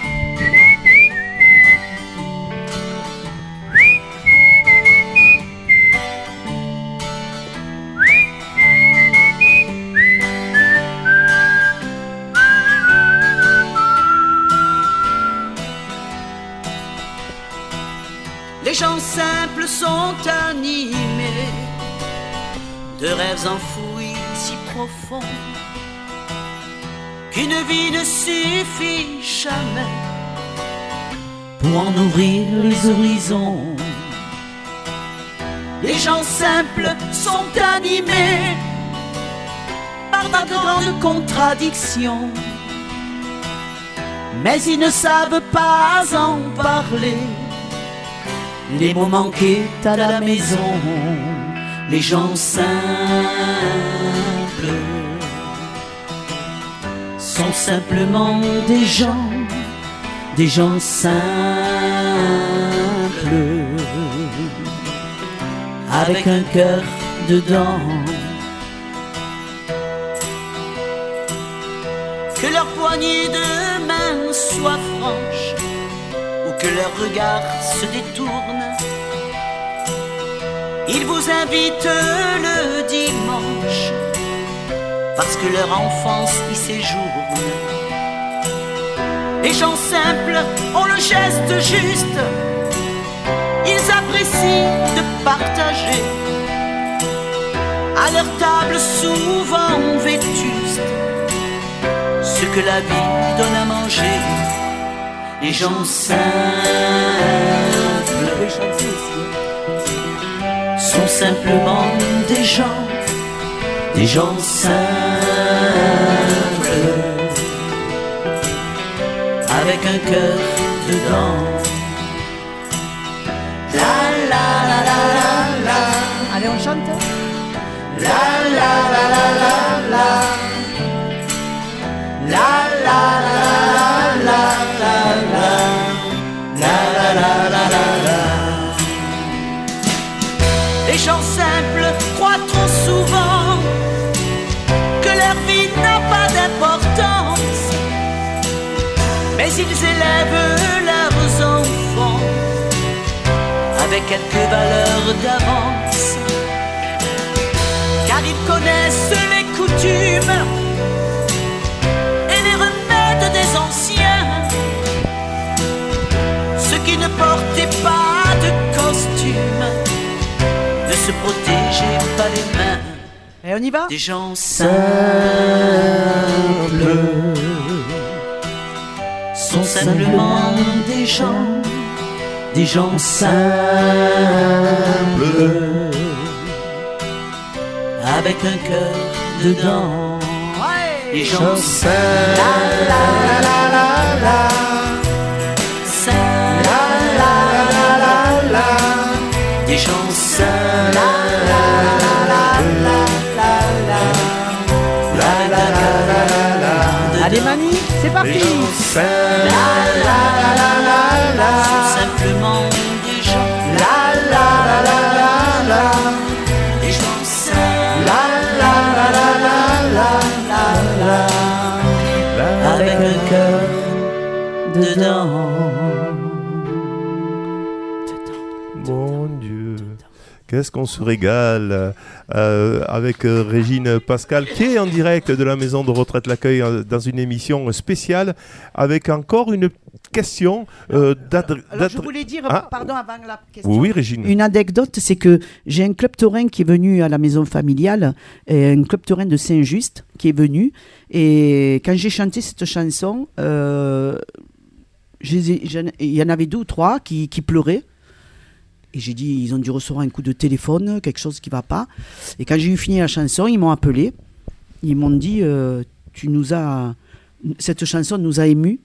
[SPEAKER 3] Les gens simples sont animés de rêves enfouis si profonds qu'une vie ne suffit jamais pour en ouvrir les horizons. Les gens simples sont animés par de grandes contradictions, mais ils ne savent pas en parler. Les mots manqués à la maison, les gens simples sont simplement des gens, des gens simples, avec un cœur dedans. Que leur poignée de main soit franche, ou que leur regard se détourne, ils vous invitent le dimanche parce que leur enfance y séjourne. Les gens simples ont le geste juste, ils apprécient de partager à leur table souvent vétuste ce que la vie donne à manger. Les gens simples sont simplement des gens, des gens simples, avec un cœur dedans. La la la la la la. Allez, on chante. La la la la la la. La la la la la la. La la la la la la. Les gens simples croient trop souvent que leur vie n'a pas d'importance, mais ils élèvent leurs enfants
[SPEAKER 1] avec quelques valeurs d'avance, car ils connaissent les coutumes et les remèdes des anciens, ceux qui ne portaient pas de costume, ne se protégeaient pas les mains.
[SPEAKER 3] Et on y va?
[SPEAKER 1] Des gens simples sont simplement des gens, des gens simples, avec un cœur dedans. Des gens simples, la la la la la, simples, la la la la la, des gens simples, la la la la la.
[SPEAKER 3] Allez Mani, c'est parti.
[SPEAKER 1] La la la la la la, sont simplement des gens. La la la la la la, des gens simples. La la la la la la la la, avec un cœur dedans.
[SPEAKER 2] Mon Dieu, qu'est-ce qu'on se régale euh, avec euh, Régine Pascal, qui est en direct de la maison de retraite L'Accueil euh, dans une émission spéciale avec encore une question euh, d'adresse.
[SPEAKER 3] Alors je voulais dire,
[SPEAKER 2] ah.
[SPEAKER 3] pardon avant la question.
[SPEAKER 2] Oui, oui, Régine.
[SPEAKER 3] Une anecdote, c'est que j'ai un club taurin qui est venu à la maison familiale, et un club taurin de Saint-Just qui est venu, et quand j'ai chanté cette chanson, euh, il y en avait deux ou trois qui, qui pleuraient. Et j'ai dit, ils ont dû recevoir un coup de téléphone, quelque chose qui ne va pas. Et quand j'ai eu fini la chanson, ils m'ont appelé. Ils m'ont dit, euh, tu nous as, cette chanson nous a émus.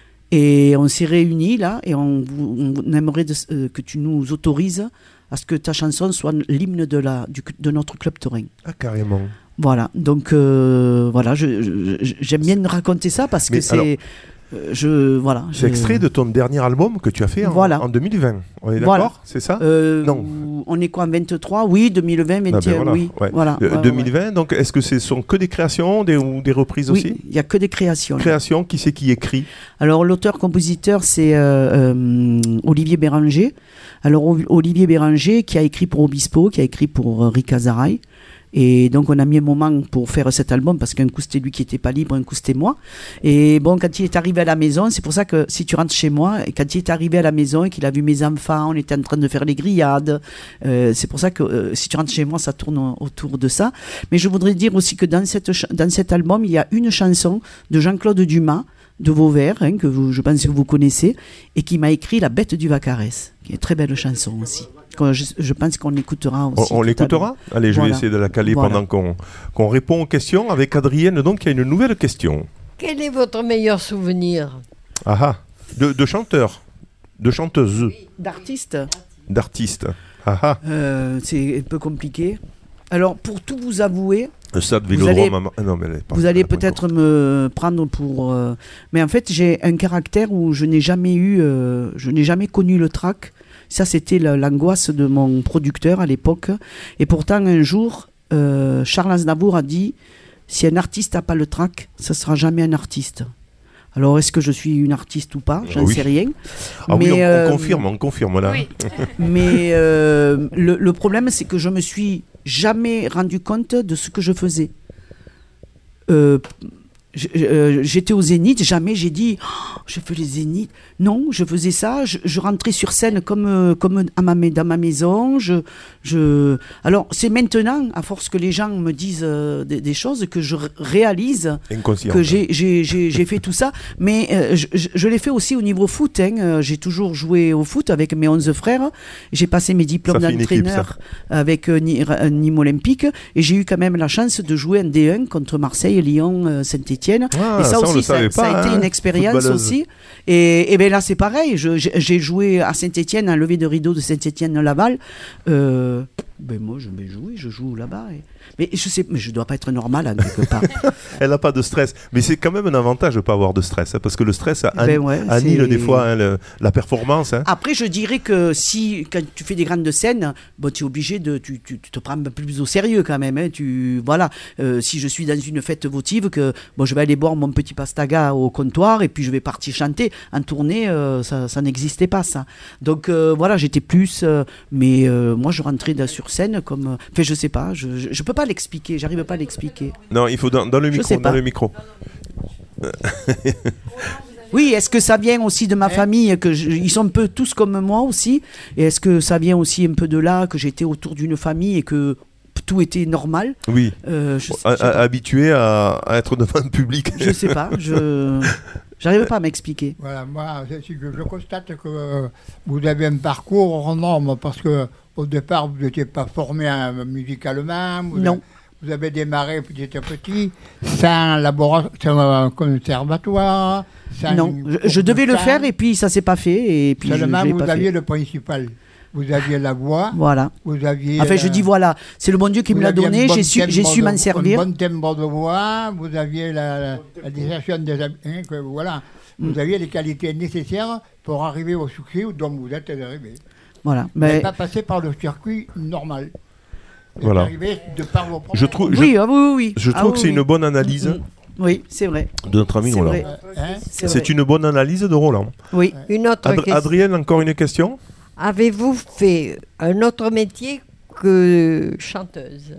[SPEAKER 3] Et on s'est réunis là, et on, on aimerait de, euh, que tu nous autorises à ce que ta chanson soit l'hymne de, la, du, de notre club taurin.
[SPEAKER 2] Ah, carrément.
[SPEAKER 3] Voilà, donc euh, voilà, je, je, j'aime bien raconter ça parce
[SPEAKER 2] Mais
[SPEAKER 3] que c'est...
[SPEAKER 2] alors,
[SPEAKER 3] Euh, je, voilà,
[SPEAKER 2] c'est
[SPEAKER 3] je...
[SPEAKER 2] extrait de ton dernier album que tu as fait en,
[SPEAKER 3] voilà.
[SPEAKER 2] en deux mille vingt. On est d'accord,
[SPEAKER 3] voilà.
[SPEAKER 2] C'est ça
[SPEAKER 3] euh,
[SPEAKER 2] Non.
[SPEAKER 3] On est quoi en vingt-trois? Oui, deux mille vingt, vingt et un,
[SPEAKER 2] ah ben voilà,
[SPEAKER 3] oui.
[SPEAKER 2] Ouais.
[SPEAKER 3] Voilà,
[SPEAKER 2] Euh,
[SPEAKER 3] ouais,
[SPEAKER 2] deux mille vingt,
[SPEAKER 3] ouais.
[SPEAKER 2] donc est-ce que ce sont que des créations des, ou des reprises
[SPEAKER 3] Oui,
[SPEAKER 2] aussi?
[SPEAKER 3] il n'y a que des créations.
[SPEAKER 2] Créations, qui c'est qui écrit?
[SPEAKER 3] Alors l'auteur-compositeur, c'est euh, euh, Olivier Béranger. Alors o- Olivier Béranger qui a écrit pour Obispo, qui a écrit pour euh, Rick Azaray. Et donc on a mis un moment pour faire cet album parce qu'un coup c'était lui qui était pas libre, un coup c'était moi. Et bon, quand il est arrivé à la maison, c'est pour ça que si tu rentres chez moi, et quand il est arrivé à la maison et qu'il a vu mes enfants, on était en train de faire les grillades, euh, c'est pour ça que euh, si tu rentres chez moi, ça tourne au- autour de ça. Mais je voudrais dire aussi que dans, cette ch- dans cet album, il y a une chanson de Jean-Claude Dumas, de Vauvert, hein, que vous, je pense que vous connaissez, et qui m'a écrit La Bête du Vaccarès, qui est une très belle chanson aussi. Je, je pense qu'on l'écoutera aussi.
[SPEAKER 2] On, on l'écoutera? Allez, je
[SPEAKER 3] voilà.
[SPEAKER 2] vais essayer de la caler
[SPEAKER 3] Voilà.
[SPEAKER 2] pendant qu'on, qu'on répond aux questions avec Adrienne, donc, qui a une nouvelle question.
[SPEAKER 5] Quel est votre meilleur souvenir?
[SPEAKER 2] Ah ah, de, de chanteur, de chanteuse,
[SPEAKER 3] D'artiste,
[SPEAKER 2] d'artiste. Ah ah,
[SPEAKER 3] euh, c'est un peu compliqué. Alors, pour tout vous avouer,
[SPEAKER 2] le stade
[SPEAKER 3] Vous
[SPEAKER 2] Vélodrome.
[SPEAKER 3] allez-
[SPEAKER 2] à Ma- ah non, mais elle est pas-
[SPEAKER 3] vous
[SPEAKER 2] elle
[SPEAKER 3] allez
[SPEAKER 2] est pas
[SPEAKER 3] peut-être
[SPEAKER 2] encore.
[SPEAKER 3] me prendre pour... euh, Mais en fait, j'ai un caractère où je n'ai jamais eu... euh, je n'ai jamais connu le trac. Ça, c'était la- l'angoisse de mon producteur à l'époque. Et pourtant, un jour, euh, Charles Aznavour a dit, si un artiste n'a pas le trac, ça ne sera jamais un artiste. Alors, est-ce que je suis une artiste ou pas? J'en
[SPEAKER 2] Oui.
[SPEAKER 3] sais rien.
[SPEAKER 2] Ah oui,
[SPEAKER 3] Mais,
[SPEAKER 2] on, on
[SPEAKER 3] euh,
[SPEAKER 2] confirme, on confirme là.
[SPEAKER 5] Oui.
[SPEAKER 3] Mais euh, le, le problème, c'est que je me suis jamais rendu compte de ce que je faisais. Euh, je- euh, J'étais au Zénith, jamais j'ai dit oh, je fais les Zéniths. Non, je faisais ça, je, je rentrais sur scène comme, euh, comme à ma, dans ma maison. Je, je... Alors, c'est maintenant, à force que les gens me disent euh, des, des choses, que je r- réalise
[SPEAKER 2] Inconscient.
[SPEAKER 3] que j'ai, j'ai, j'ai, j'ai fait tout ça. Mais euh, je, je, je l'ai fait aussi au niveau foot. Hein. Euh, J'ai toujours joué au foot avec mes onze frères. J'ai passé mes diplômes
[SPEAKER 2] Ça fait une équipe,
[SPEAKER 3] d'entraîneur avec euh, Ni- euh, Nîmes Olympique. Et j'ai eu quand même la chance de jouer en D un contre Marseille, Lyon, euh, Saint-Étienne.
[SPEAKER 2] Ah,
[SPEAKER 3] et ça,
[SPEAKER 2] ça, on
[SPEAKER 3] aussi,
[SPEAKER 2] le
[SPEAKER 3] ça,
[SPEAKER 2] savait
[SPEAKER 3] ça
[SPEAKER 2] pas,
[SPEAKER 3] a été
[SPEAKER 2] hein,
[SPEAKER 3] une expérience
[SPEAKER 2] footballeuse.
[SPEAKER 3] aussi. Et, et bien là, c'est pareil. Je- j'ai j'ai joué à Saint-Étienne, un lever de rideau de Saint-Étienne-Laval. Euh, Ben moi, je, ben, je, oui, je joue là-bas. Et... Mais je sais, mais je dois pas être normale hein, quelque part.
[SPEAKER 2] Elle n'a pas de stress. Mais c'est quand même un avantage de ne pas avoir de stress. Hein, parce que le stress an-
[SPEAKER 3] Ben ouais,
[SPEAKER 2] annule
[SPEAKER 3] c'est-
[SPEAKER 2] des fois hein, le- la performance. Hein.
[SPEAKER 3] Après, je dirais que si, quand tu fais des grandes scènes, bon, tu es obligé de. Tu, tu, tu te prends un peu plus au sérieux quand même. Hein, tu, voilà. Euh, si je suis dans une fête votive, que bon, je vais aller boire mon petit pastaga au comptoir et puis je vais partir chanter. En tournée, euh, ça, ça n'existait pas, ça. Donc euh, voilà, j'étais plus. Euh, mais euh, moi, je rentrais dans- sur scène comme. euh, Enfin, je sais pas. Je, je, je peux pas l'expliquer. J'arrive pas à l'expliquer.
[SPEAKER 2] Non, il faut dans, dans le
[SPEAKER 3] Je
[SPEAKER 2] micro.
[SPEAKER 3] sais
[SPEAKER 2] Dans
[SPEAKER 3] pas.
[SPEAKER 2] le micro.
[SPEAKER 3] Oui, est-ce que ça vient aussi de ma famille que je- ils sont un peu tous comme moi aussi. Et est-ce que ça vient aussi un peu de là que j'étais autour d'une famille et que tout était normal?
[SPEAKER 2] Oui.
[SPEAKER 3] Euh, je,
[SPEAKER 2] A-
[SPEAKER 3] je sais
[SPEAKER 2] a-
[SPEAKER 3] pas.
[SPEAKER 2] habitué à, à être devant le public.
[SPEAKER 3] Je sais pas. Je j'arrive pas à m'expliquer.
[SPEAKER 7] Voilà, moi, c'est- c'est que je constate que euh, vous avez un parcours hors norme parce que au départ, vous n'étiez pas formé hein, musicalement. Vous
[SPEAKER 3] Non.
[SPEAKER 7] avez, vous avez démarré petit à petit, sans, labora- sans un conservatoire. Sans
[SPEAKER 3] Non,
[SPEAKER 7] une
[SPEAKER 3] je,
[SPEAKER 7] cour
[SPEAKER 3] je
[SPEAKER 7] de
[SPEAKER 3] devais le
[SPEAKER 7] chant.
[SPEAKER 3] faire et puis ça s'est pas fait et puis je,
[SPEAKER 7] Seulement,
[SPEAKER 3] je l'ai
[SPEAKER 7] vous
[SPEAKER 3] pas
[SPEAKER 7] aviez
[SPEAKER 3] fait.
[SPEAKER 7] le principal. Vous aviez la voix.
[SPEAKER 3] Voilà.
[SPEAKER 7] Vous aviez.
[SPEAKER 3] Enfin, je
[SPEAKER 7] euh,
[SPEAKER 3] dis voilà, c'est le bon Dieu qui me
[SPEAKER 7] vous
[SPEAKER 3] l'a
[SPEAKER 7] aviez un
[SPEAKER 3] donné.
[SPEAKER 7] bon
[SPEAKER 3] J'ai su, j'ai
[SPEAKER 7] timbre
[SPEAKER 3] su
[SPEAKER 7] de-
[SPEAKER 3] m'en servir.
[SPEAKER 7] Un bon timbre de voix. Vous aviez la, la, la discrétion des hab- hein, que, voilà. Vous
[SPEAKER 3] Mm.
[SPEAKER 7] aviez les qualités nécessaires pour arriver au succès dont vous êtes arrivé.
[SPEAKER 3] Voilà.
[SPEAKER 7] Vous n'avez
[SPEAKER 3] Mais
[SPEAKER 7] pas passé par le circuit normal. Vous êtes
[SPEAKER 2] Voilà.
[SPEAKER 7] arrivé de par vos propres.
[SPEAKER 2] Je trouve, je,
[SPEAKER 3] oui, ah oui, oui, oui.
[SPEAKER 2] je
[SPEAKER 3] Ah
[SPEAKER 2] trouve
[SPEAKER 3] oui,
[SPEAKER 2] que c'est
[SPEAKER 3] oui.
[SPEAKER 2] une bonne analyse
[SPEAKER 3] Mm. Oui, c'est vrai.
[SPEAKER 2] de notre ami
[SPEAKER 3] C'est
[SPEAKER 2] Roland.
[SPEAKER 3] vrai.
[SPEAKER 7] Hein
[SPEAKER 3] C'est
[SPEAKER 2] C'est
[SPEAKER 3] vrai.
[SPEAKER 2] une bonne analyse de Roland.
[SPEAKER 3] Oui.
[SPEAKER 5] Une autre
[SPEAKER 2] Ad-
[SPEAKER 5] question.
[SPEAKER 2] Adrienne, encore une question?
[SPEAKER 5] Avez-vous fait un autre métier que chanteuse?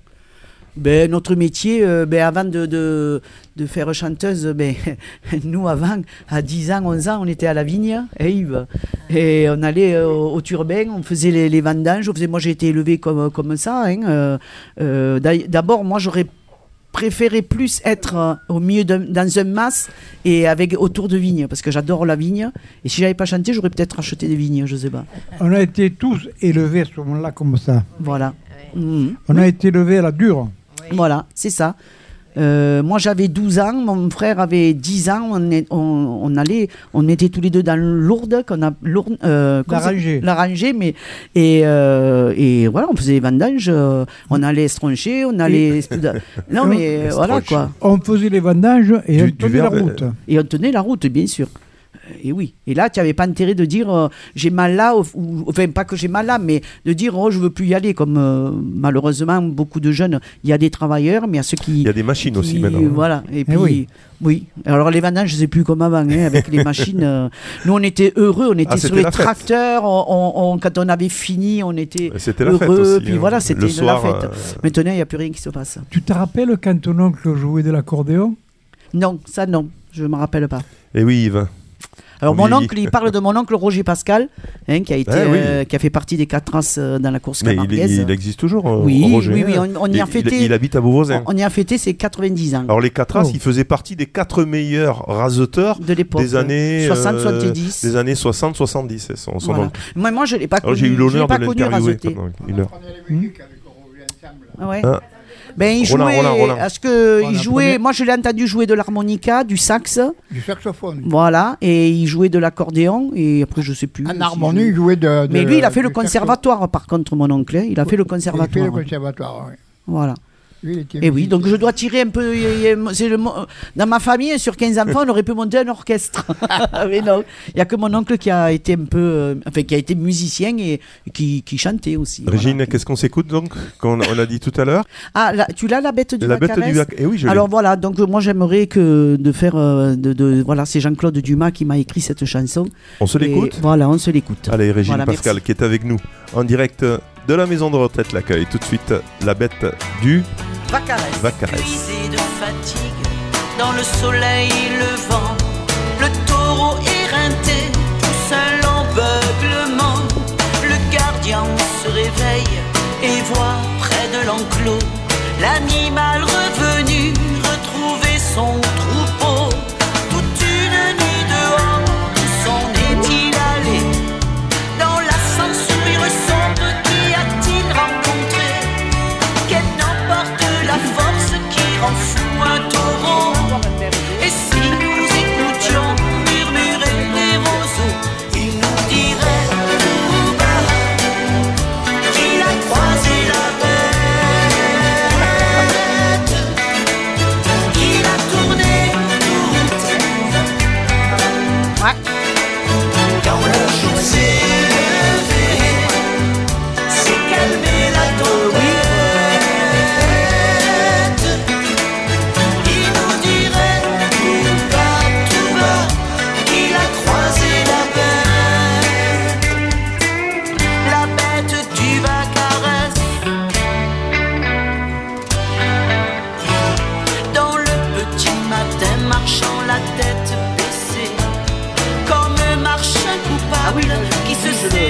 [SPEAKER 3] Ben, notre métier, euh, ben, avant de, de, de faire chanteuse, ben, nous, avant, à dix ans, onze ans, on était à la vigne, hein, Yves. Et on allait euh, au Turbin, on faisait les, les vendanges. On faisait, moi, j'ai été élevée comme, comme ça. Hein, euh, euh, d'a- D'abord, moi, j'aurais préféré plus être euh, au milieu d'un- dans un mas et avec, autour de vignes, parce que j'adore la vigne. Et si j'avais pas chanté, j'aurais peut-être acheté des vignes, je sais pas.
[SPEAKER 6] On a été tous élevés à ce moment-là comme ça.
[SPEAKER 3] Voilà. Mhm.
[SPEAKER 6] On a été élevés à la dure.
[SPEAKER 3] Voilà, c'est ça. Euh, moi j'avais douze ans, mon frère avait dix ans, on, est- on, on allait, on était tous les deux dans Lourdes, qu'on a Lourdes, euh, comment
[SPEAKER 6] La
[SPEAKER 3] ça-
[SPEAKER 6] rangée.
[SPEAKER 3] la rangée, mais et, euh, et voilà, on faisait les vendanges, euh, on allait estroncher, on allait, non mais euh, voilà quoi,
[SPEAKER 6] On faisait les vendanges et
[SPEAKER 2] Du-
[SPEAKER 6] on
[SPEAKER 2] du
[SPEAKER 6] tenait la
[SPEAKER 2] verbe,
[SPEAKER 6] route.
[SPEAKER 3] et on tenait la route bien sûr. Et oui. Et là, tu n'avais pas intérêt de dire euh, j'ai mal là, ou, ou- enfin pas que j'ai mal là, mais de dire oh je veux plus y aller. Comme euh, malheureusement beaucoup de jeunes, il y a des travailleurs, mais il y a ceux qui.
[SPEAKER 2] Il y a des machines aussi
[SPEAKER 3] qui-
[SPEAKER 2] maintenant.
[SPEAKER 3] Voilà. Et puis
[SPEAKER 6] oui.
[SPEAKER 3] oui. Alors les vendanges, je sais plus comme avant, hein, avec les machines. euh, nous on était heureux, on était
[SPEAKER 2] Ah,
[SPEAKER 3] sur
[SPEAKER 2] c'était
[SPEAKER 3] les
[SPEAKER 2] la fête.
[SPEAKER 3] tracteurs. On, on- on- quand on avait fini, on était
[SPEAKER 2] C'était la fête
[SPEAKER 3] heureux.
[SPEAKER 2] aussi.
[SPEAKER 3] Puis
[SPEAKER 2] hein.
[SPEAKER 3] voilà, c'était
[SPEAKER 2] Le
[SPEAKER 3] de
[SPEAKER 2] soir,
[SPEAKER 3] la fête.
[SPEAKER 2] euh,
[SPEAKER 3] Maintenant, il n'y a plus rien qui se passe.
[SPEAKER 6] Tu te rappelles quand ton oncle jouait de l'accordéon?
[SPEAKER 3] Non, ça non, je me rappelle pas.
[SPEAKER 2] Et oui, Yves.
[SPEAKER 3] Alors
[SPEAKER 2] On
[SPEAKER 3] mon
[SPEAKER 2] vieillit.
[SPEAKER 3] oncle, il parle de mon oncle Roger Pascal, hein, qui a été,
[SPEAKER 2] Ah oui.
[SPEAKER 3] euh, qui a fait partie des quatre As euh, dans la course
[SPEAKER 2] Mais il,
[SPEAKER 3] camarguaise.
[SPEAKER 2] il existe toujours, euh,
[SPEAKER 3] Oui,
[SPEAKER 2] Roger.
[SPEAKER 3] oui, oui, on- on y a
[SPEAKER 2] Il-
[SPEAKER 3] fêté-
[SPEAKER 2] Il, il habite à Beauvoisin.
[SPEAKER 3] On y a fêté ses quatre-vingt-dix ans
[SPEAKER 2] Alors les quatre As,
[SPEAKER 6] Oh.
[SPEAKER 2] il faisait partie des quatre meilleurs raseteurs
[SPEAKER 3] de l'époque.
[SPEAKER 2] des années
[SPEAKER 3] soixante
[SPEAKER 2] euh,
[SPEAKER 3] soixante-dix.
[SPEAKER 2] des années soixante soixante-dix. C'est son, son
[SPEAKER 3] Voilà.
[SPEAKER 2] oncle.
[SPEAKER 3] Moi, moi, je l'ai pas
[SPEAKER 2] Alors
[SPEAKER 3] connu.
[SPEAKER 2] j'ai eu
[SPEAKER 3] je l'ai
[SPEAKER 2] l'honneur de
[SPEAKER 3] pas connu
[SPEAKER 2] l'interviewer
[SPEAKER 3] raseté.
[SPEAKER 2] pendant une heure.
[SPEAKER 7] On prenait la musique avec Roger ensemble.
[SPEAKER 3] Ah ouais.
[SPEAKER 2] Ah.
[SPEAKER 3] Ben, il
[SPEAKER 2] Roland,
[SPEAKER 3] jouait.
[SPEAKER 2] Roland, Roland.
[SPEAKER 3] Est-ce que
[SPEAKER 7] On
[SPEAKER 3] il
[SPEAKER 7] apprenait-
[SPEAKER 3] jouait Moi, je l'ai entendu jouer de l'harmonica, du sax,
[SPEAKER 7] Du saxophone.
[SPEAKER 3] voilà, et il jouait de l'accordéon. Et après, je sais plus.
[SPEAKER 7] En
[SPEAKER 3] si
[SPEAKER 7] harmonie,
[SPEAKER 3] je-
[SPEAKER 7] il jouait de, de-
[SPEAKER 3] Mais lui, il a fait le
[SPEAKER 7] du saxo-
[SPEAKER 3] conservatoire, par contre, mon oncle. hein. Il a fait le
[SPEAKER 7] Il a fait
[SPEAKER 3] conservatoire.
[SPEAKER 7] le conservatoire, oui.
[SPEAKER 3] Voilà.
[SPEAKER 7] Lui, il était
[SPEAKER 3] Et oui,
[SPEAKER 7] musicien.
[SPEAKER 3] donc je dois tirer un peu. y- y- c'est le mo- dans ma famille, sur quinze enfants, on aurait pu monter un orchestre. Mais non, il n'y a que mon oncle qui a été un peu. euh, enfin, qui a été musicien et qui, qui chantait aussi.
[SPEAKER 2] Régine,
[SPEAKER 3] voilà.
[SPEAKER 2] qu'est-ce qu'on s'écoute donc qu'on on a dit tout à l'heure?
[SPEAKER 3] Ah, là, tu l'as, la bête du
[SPEAKER 2] La bête
[SPEAKER 3] Vacarès
[SPEAKER 2] du Vac. Eh oui, je l'ai.
[SPEAKER 3] Alors voilà, donc euh, moi j'aimerais que de faire. euh, de, de- voilà, c'est Jean-Claude Dumas qui m'a écrit cette chanson.
[SPEAKER 2] On se
[SPEAKER 3] Et
[SPEAKER 2] l'écoute.
[SPEAKER 3] Voilà, on se l'écoute.
[SPEAKER 2] Allez, Régine
[SPEAKER 3] Voilà,
[SPEAKER 2] Pascal
[SPEAKER 3] merci.
[SPEAKER 2] qui est avec nous en direct de la maison de retraite l'accueil. Tout de suite, la bête du
[SPEAKER 3] Vacarès.
[SPEAKER 2] Vacarès.
[SPEAKER 1] Épuisé de fatigue, dans le soleil levant, le taureau éreinté pousse un lent beuglement. Le gardien se réveille et voit près de l'enclos l'animal revenu retrouver son troupeau. Toute une nuit dehors, où s'en est-il allé? Dans l'ascenseur sombre, qui a-t-il rencontré? Qu'elle n'emporte la force qui rend fou un taureau. Et si nous écoutions murmurer les roseaux, il nous dirait tout bas qu'il a croisé la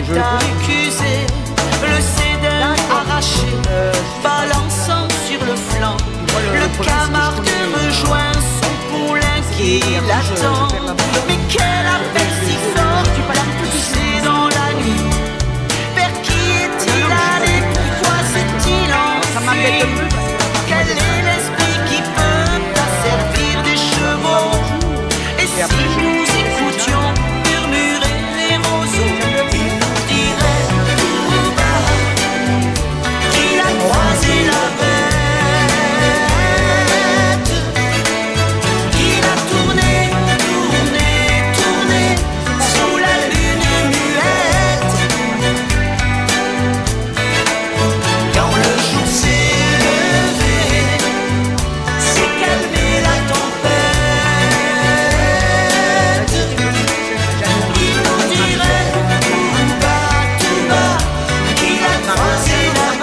[SPEAKER 1] accusé, le cédin arraché, balançant sur le flanc. Le camargue rejoint son poulain qui l'attend. Mais quel appel si fort, poussé dans la nuit. Vers qui est-il allé? Pourquoi s'est-il enfui? Quel est l'esprit qui peut asservir des chevaux? Et si nous écoutions murmurer les roseaux, il nous dirait tout bas qu'il a croisé la bête, qu'il a tourné, tourné, tourné sous la lune muette. Quand le jour s'est levé, s'est calmée la tempête, il nous dirait tout bas, tout bas qu'il a croisé la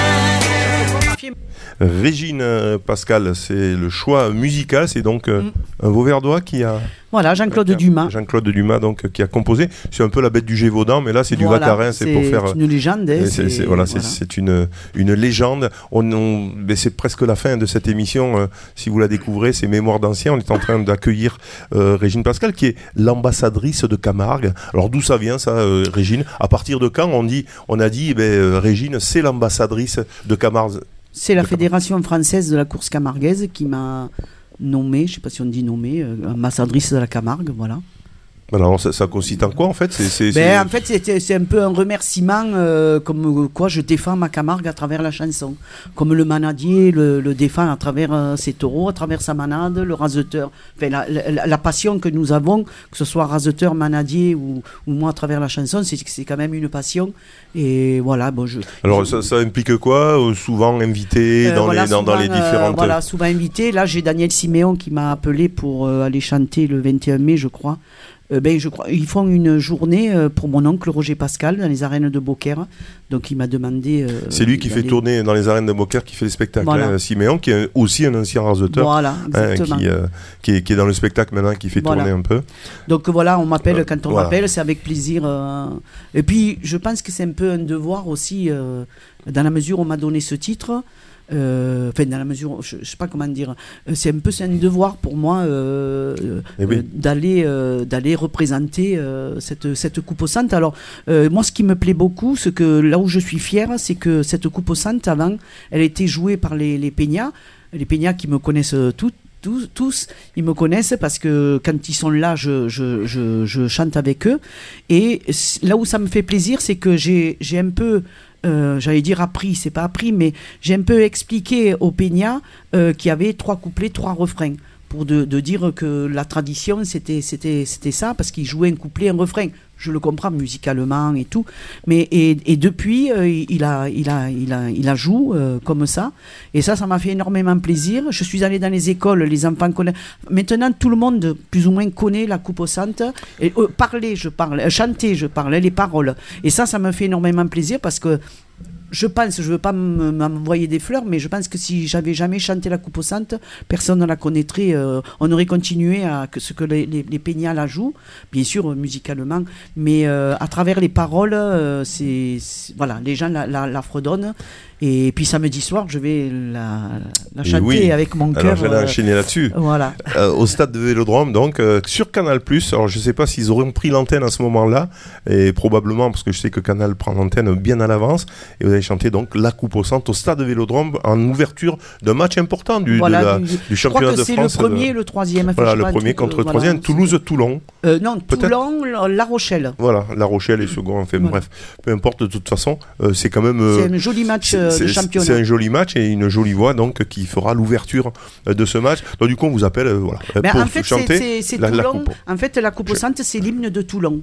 [SPEAKER 1] bête.
[SPEAKER 2] Régine euh, Pascal, c'est le choix musical, c'est donc euh,
[SPEAKER 3] Mm.
[SPEAKER 2] un Vauverdois qui a...
[SPEAKER 3] Voilà, Jean-Claude
[SPEAKER 2] qui a-
[SPEAKER 3] Dumas.
[SPEAKER 2] Jean-Claude Dumas, donc, euh, qui a composé. C'est un peu la bête du Gévaudan, mais là, c'est du
[SPEAKER 3] Voilà,
[SPEAKER 2] Vaccarin, c'est pour faire...
[SPEAKER 3] une légende. hein,
[SPEAKER 2] c'est, c'est-
[SPEAKER 3] c'est-
[SPEAKER 2] voilà, c'est,
[SPEAKER 3] voilà.
[SPEAKER 2] c'est une, une légende. On, on- mais c'est presque la fin de cette émission. euh, si vous la découvrez, c'est Mémoire d'anciens. On est en train d'accueillir euh, Régine Pascal, qui est l'ambassadrice de Camargue. Alors d'où ça vient, ça, euh, Régine? À partir de quand on dit, on a dit, eh ben, euh, Régine, c'est l'ambassadrice de Camargue?
[SPEAKER 3] C'est la
[SPEAKER 2] D'accord.
[SPEAKER 3] Fédération française de la course camarguaise qui m'a nommée, je ne sais pas si on dit nommée, euh, ambassadrice de la Camargue, voilà.
[SPEAKER 2] Alors ça, ça consiste en quoi en fait? c'est, c'est,
[SPEAKER 3] Ben,
[SPEAKER 2] c'est-
[SPEAKER 3] en fait, c'est, c'est un peu un remerciement, euh, comme quoi je défends ma Camargue à travers la chanson. Comme le manadier le, le défend à travers euh, ses taureaux, à travers sa manade, le raseteur. Enfin, la, la, la passion que nous avons, que ce soit raseteur, manadier ou, ou moi à travers la chanson, c'est, c'est quand même une passion. Et voilà, bon, je.
[SPEAKER 2] Alors
[SPEAKER 3] je-
[SPEAKER 2] ça, ça implique quoi? Euh, Souvent invité
[SPEAKER 3] Euh,
[SPEAKER 2] dans,
[SPEAKER 3] voilà,
[SPEAKER 2] les, dans, dans les
[SPEAKER 3] souvent, euh,
[SPEAKER 2] différentes...
[SPEAKER 3] voilà, souvent invité. Là, j'ai Daniel Siméon qui m'a appelé pour euh, aller chanter le vingt et un mai, je crois. Euh, ben, je crois. Ils font une journée euh, pour mon oncle Roger Pascal dans les arènes de Beaucaire. Donc, il m'a demandé. euh,
[SPEAKER 2] C'est lui qui fait
[SPEAKER 3] d'aller-
[SPEAKER 2] tourner dans les arènes de Beaucaire, qui fait les spectacles.
[SPEAKER 3] Voilà.
[SPEAKER 2] Hein, Siméon, qui est aussi un ancien raseteur,
[SPEAKER 3] Voilà,
[SPEAKER 2] hein,
[SPEAKER 3] exactement.
[SPEAKER 2] qui, euh, qui, est, qui est dans le spectacle maintenant, qui fait
[SPEAKER 3] Voilà.
[SPEAKER 2] tourner un peu.
[SPEAKER 3] Donc voilà, on m'appelle
[SPEAKER 2] Euh,
[SPEAKER 3] quand on
[SPEAKER 2] voilà.
[SPEAKER 3] m'appelle, c'est avec plaisir. euh. Et puis, je pense que c'est un peu un devoir aussi, euh, dans la mesure où on m'a donné ce titre. euh, Enfin, dans la mesure, où- je, je sais pas comment dire. euh, C'est un peu c'est un devoir pour moi euh, euh,
[SPEAKER 2] Eh oui.
[SPEAKER 3] euh, d'aller euh, d'aller représenter euh, cette cette coupe au centre. Alors euh, moi, ce qui me plaît beaucoup, ce que là où je suis fier, c'est que cette coupe au centre avant, elle a été jouée par les les Peñas, les Peñas qui me connaissent toutes. Tous, tous, ils me connaissent parce que quand ils sont là, je, je, je, je chante avec eux. Et c- là où ça me fait plaisir, c'est que j'ai, j'ai un peu, euh, j'allais dire appris, c'est pas appris, mais j'ai un peu expliqué aux Peñas euh, qu'il y avait trois couplets, trois refrains. Pour de, de dire que la tradition, c'était, c'était, c'était ça, parce qu'ils jouaient un couplet, un refrain. Je le comprends musicalement et tout. Mais, et, et depuis, euh, il, a, il, a, il, a, il a joué euh, comme ça. Et ça, ça m'a fait énormément plaisir. Je suis allée dans les écoles, les enfants connaissent. Maintenant, tout le monde, plus ou moins, connaît la coupe au centre. Et, euh, parler, je parle. Euh, chanter, je parle. Les paroles. Et ça, ça me fait énormément plaisir parce que je pense, je ne veux pas m- m'envoyer des fleurs, mais je pense que si j'avais jamais chanté la coupe au centre, personne ne la connaîtrait. euh, on aurait continué à que ce que les, les, les Peñas la jouent, bien sûr, euh, musicalement, mais euh, à travers les paroles, euh, c'est, c'est- voilà, les gens la, la, la fredonnent. Et puis samedi soir, je vais la, la
[SPEAKER 2] Et
[SPEAKER 3] chanter
[SPEAKER 2] oui.
[SPEAKER 3] avec mon
[SPEAKER 2] Alors
[SPEAKER 3] cœur.
[SPEAKER 2] j'allais
[SPEAKER 3] euh,
[SPEAKER 2] enchaîner là-dessus.
[SPEAKER 3] voilà.
[SPEAKER 2] Euh, au stade de Vélodrome, donc euh, sur Canal plus. Alors je sais pas s'ils auront pris l'antenne à ce moment-là, et probablement parce que je sais que Canal prend l'antenne bien à l'avance. Et vous allez chanter donc la coupe au centre au stade de Vélodrome en ouverture d'un match important du,
[SPEAKER 3] Voilà,
[SPEAKER 2] de la,
[SPEAKER 3] du-
[SPEAKER 2] du
[SPEAKER 3] Je crois
[SPEAKER 2] championnat
[SPEAKER 3] que
[SPEAKER 2] de
[SPEAKER 3] c'est
[SPEAKER 2] France.
[SPEAKER 3] le premier
[SPEAKER 2] de-
[SPEAKER 3] et le troisième. Enfin,
[SPEAKER 2] Voilà,
[SPEAKER 3] je sais
[SPEAKER 2] le
[SPEAKER 3] pas, un
[SPEAKER 2] premier
[SPEAKER 3] truc,
[SPEAKER 2] contre
[SPEAKER 3] euh,
[SPEAKER 2] le troisième,
[SPEAKER 3] voilà,
[SPEAKER 2] Toulouse-Toulon.
[SPEAKER 3] Euh, non,
[SPEAKER 2] Peut-être.
[SPEAKER 3] Toulon, La Rochelle.
[SPEAKER 2] Voilà, La Rochelle et second. Enfin
[SPEAKER 3] Voilà.
[SPEAKER 2] bref, peu importe de toute façon, euh, c'est quand même. euh,
[SPEAKER 3] C'est un joli match euh,
[SPEAKER 2] c'est-
[SPEAKER 3] de
[SPEAKER 2] c'est-
[SPEAKER 3] championnat.
[SPEAKER 2] C'est un joli match et une jolie voix donc qui fera l'ouverture euh, de ce match. Donc du coup on vous appelle euh, voilà, euh,
[SPEAKER 3] Mais
[SPEAKER 2] pour
[SPEAKER 3] en fait, c'est,
[SPEAKER 2] chanter
[SPEAKER 3] c'est, c'est
[SPEAKER 2] la, la
[SPEAKER 3] Toulon.
[SPEAKER 2] coupe.
[SPEAKER 3] En fait, la coupe au centre, c'est l'hymne de Toulon.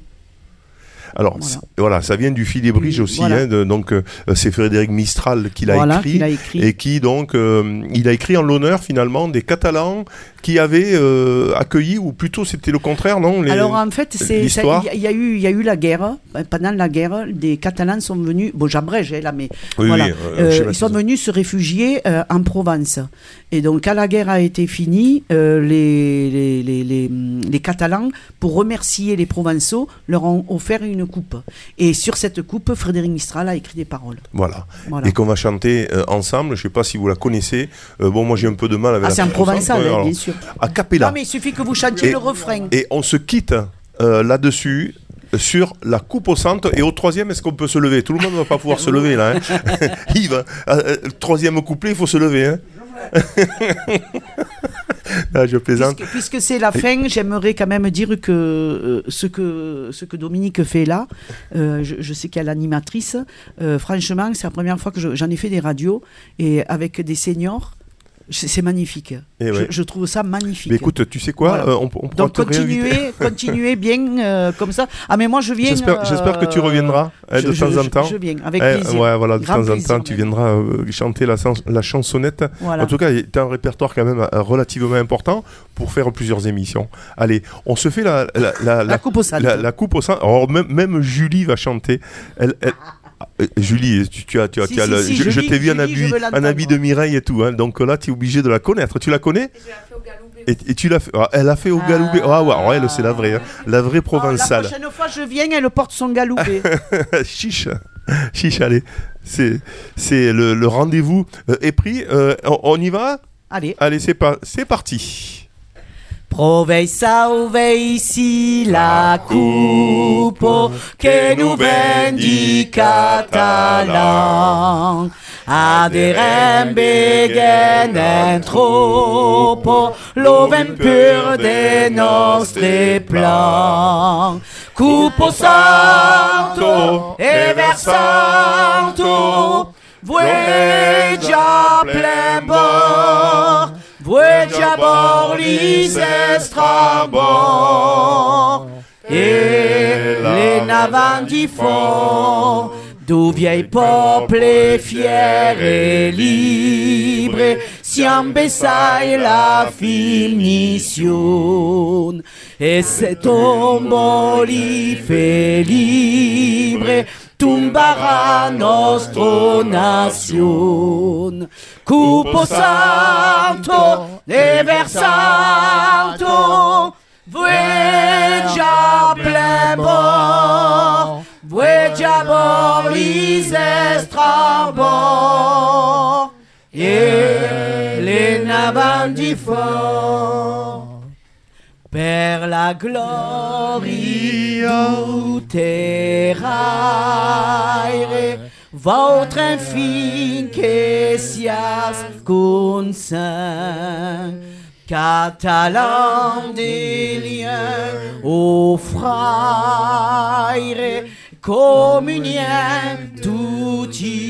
[SPEAKER 2] Alors
[SPEAKER 3] Voilà.
[SPEAKER 2] c'est- voilà, ça vient du Filibrige aussi,
[SPEAKER 3] Voilà.
[SPEAKER 2] hein, de- donc euh, c'est Frédéric Mistral qui l'a
[SPEAKER 3] Voilà,
[SPEAKER 2] écrit,
[SPEAKER 3] qu'il a écrit.
[SPEAKER 2] et qui donc euh, il a écrit en l'honneur finalement des Catalans qui avaient euh, accueilli, ou plutôt c'était le contraire, non les-
[SPEAKER 3] Alors en fait, c'est,
[SPEAKER 2] l'histoire.
[SPEAKER 3] ça- il y, a- il y a eu, il y a eu la guerre. Pendant la guerre, des Catalans sont venus. Bon, j'abrège hein, là, mais
[SPEAKER 2] Oui,
[SPEAKER 3] voilà.
[SPEAKER 2] oui, euh,
[SPEAKER 3] Euh,
[SPEAKER 2] schématise.
[SPEAKER 3] ils sont venus se réfugier euh, en Provence. Et donc, quand la guerre a été finie, euh, les, les, les, les, les Catalans, pour remercier les Provençaux, leur ont offert une une coupe. Et sur cette coupe, Frédéric Mistral a écrit des paroles.
[SPEAKER 2] Voilà.
[SPEAKER 3] Voilà.
[SPEAKER 2] Et qu'on va chanter euh, ensemble. Je ne sais pas si vous la connaissez. Euh, bon, moi j'ai un peu de mal avec
[SPEAKER 3] Ah,
[SPEAKER 2] la
[SPEAKER 3] c'est en
[SPEAKER 2] chanson.
[SPEAKER 3] provençal,
[SPEAKER 2] Ouais,
[SPEAKER 3] hein,
[SPEAKER 2] alors,
[SPEAKER 3] bien sûr.
[SPEAKER 2] A cappella.
[SPEAKER 3] Non, mais il suffit que vous chantiez
[SPEAKER 2] Et-
[SPEAKER 3] le refrain.
[SPEAKER 2] Et on se quitte euh, là-dessus sur la coupe au centre. Et au troisième, est-ce qu'on peut se lever? Tout le monde ne va pas pouvoir se lever là. Hein. Yves, euh, le troisième couplet, il faut se lever. Hein. Ah, je plaisante.
[SPEAKER 3] Puisque, puisque c'est la fin, j'aimerais quand même dire que, euh, ce que ce que Dominique fait là, euh, je, je sais qu'il y a l'animatrice, euh, franchement, c'est la première fois que je- j'en ai fait des radios, et avec des seniors, c'est c'est magnifique.
[SPEAKER 2] Et
[SPEAKER 3] je,
[SPEAKER 2] ouais.
[SPEAKER 3] je trouve ça magnifique.
[SPEAKER 2] Mais écoute, tu sais quoi,
[SPEAKER 3] Voilà.
[SPEAKER 2] euh, on, on pourra
[SPEAKER 3] Donc
[SPEAKER 2] te réinviter.
[SPEAKER 3] continuez, continuez bien euh, comme ça. Ah mais moi je viens.
[SPEAKER 2] J'espère,
[SPEAKER 3] euh,
[SPEAKER 2] j'espère que tu reviendras eh, de
[SPEAKER 3] je,
[SPEAKER 2] temps
[SPEAKER 3] je-
[SPEAKER 2] en temps.
[SPEAKER 3] Je viens avec
[SPEAKER 2] Eh,
[SPEAKER 3] plaisir.
[SPEAKER 2] ouais, voilà, de
[SPEAKER 3] Grand
[SPEAKER 2] temps en
[SPEAKER 3] plaisir,
[SPEAKER 2] temps, tu
[SPEAKER 3] même.
[SPEAKER 2] viendras euh, chanter la, sans- la chansonnette.
[SPEAKER 3] Voilà.
[SPEAKER 2] En tout cas, tu as un répertoire quand même euh, relativement important pour faire plusieurs émissions. Allez, on se fait la, la, la,
[SPEAKER 3] La coupe au centre.
[SPEAKER 2] La, la coupe au centre. Alors, même, même Julie va chanter. Elle, elle- Euh, Julie, tu, tu as, tu as,
[SPEAKER 3] Si,
[SPEAKER 2] tu as
[SPEAKER 3] si,
[SPEAKER 2] le-
[SPEAKER 3] si,
[SPEAKER 2] je, je
[SPEAKER 3] Julie,
[SPEAKER 2] t'ai vu en
[SPEAKER 3] Julie,
[SPEAKER 2] habit,
[SPEAKER 3] je veux
[SPEAKER 2] en
[SPEAKER 3] l'entendre.
[SPEAKER 2] habit de Mireille et tout, hein, donc là tu es obligé de la connaître. Tu la connais? Et, et tu l'as fait. Ah, elle a fait au
[SPEAKER 3] Ah.
[SPEAKER 2] galoubet. Ah ouais, ouais, elle, c'est la vraie, hein, la vraie
[SPEAKER 3] Oh, la
[SPEAKER 2] provençale.
[SPEAKER 3] prochaine fois je viens, elle porte son galoubet.
[SPEAKER 2] Chiche, chiche, allez, c'est, c'est le, le rendez-vous euh, est pris. Euh, on, on y va?
[SPEAKER 3] Allez.
[SPEAKER 2] Allez, c'est pas, c'est parti.
[SPEAKER 3] Provei salvei ici la coupe che nous vendi catalan. Aderem begenen troppo l'oven pur de nostri plan. Cupo santo e versanto, vuoi già plen bord, vuoi già bord lis estrabord, e le navanti fort, d'où vieilles peuples fiers et libres, siam besai la finition, e se tombo li fe libre, tumbarà nostro nation. Cupo santo e versanto, vuoi già plen bord, vuoi già bord lis estrabord, e le navanti fort. Per la gloria terraire, votre infin que sias consent, catalan des liens au frère, communien tout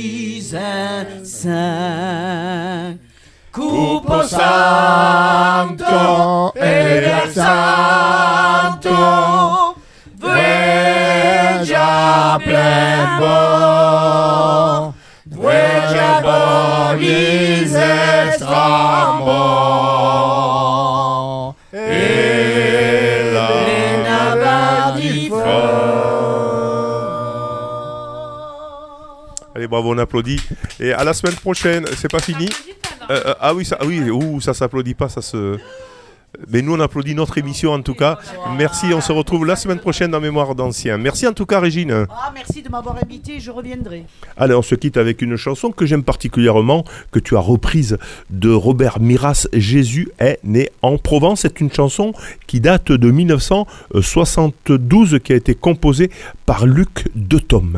[SPEAKER 3] saint. Cupo santo e versanto, vuoi già plen bord, vuoi già bord lis estrabord, e le navanti fort.
[SPEAKER 2] Allez, bravo, on applaudit. Et à la semaine prochaine, c'est pas fini. Euh, euh, ah oui, ça, oui, ouh, ça s'applaudit pas, ça se. Mais nous, on applaudit notre émission en tout cas. Merci, on se retrouve la semaine prochaine dans Mémoire d'Anciens. Merci en tout cas, Régine.
[SPEAKER 3] Ah, merci de m'avoir invité, je reviendrai.
[SPEAKER 2] Allez, on se quitte avec une chanson que j'aime particulièrement, que tu as reprise de Robert Miras. Jésus est né en Provence. C'est une chanson qui date de mille neuf cent soixante-douze, qui a été composée par Luc Dethom.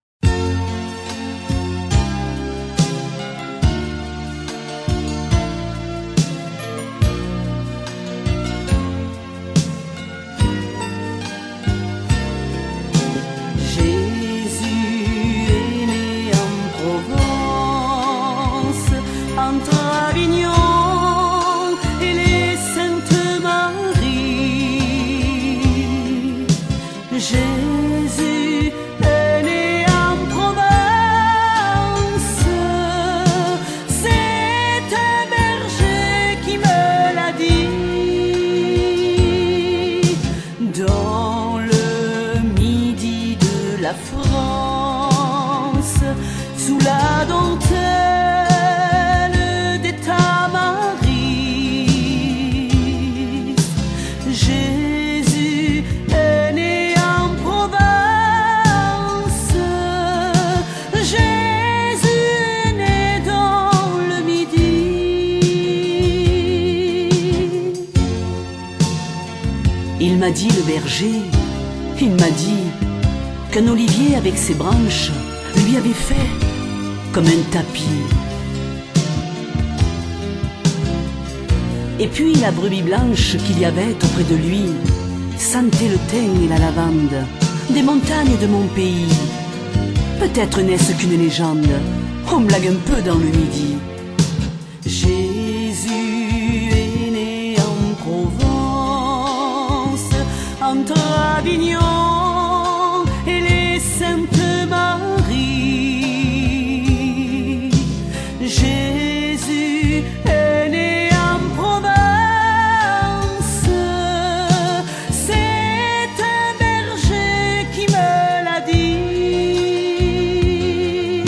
[SPEAKER 1] Jésus est né en Provence, c'est un berger qui me l'a dit. Dans le midi de la France, sous la dentelle des tamaris, Jésus est né en Provence. m'a dit le berger, il m'a dit qu'un olivier avec ses branches lui avait fait comme un tapis. Et puis la brebis blanche qu'il y avait auprès de lui sentait le thym et la lavande des montagnes de mon pays. Peut-être n'est-ce qu'une légende, on blague un peu dans le midi. Jésus est né en Provence, entre Avignon et les Saintes Maries. Jésus est né en Provence, c'est un berger qui me l'a dit.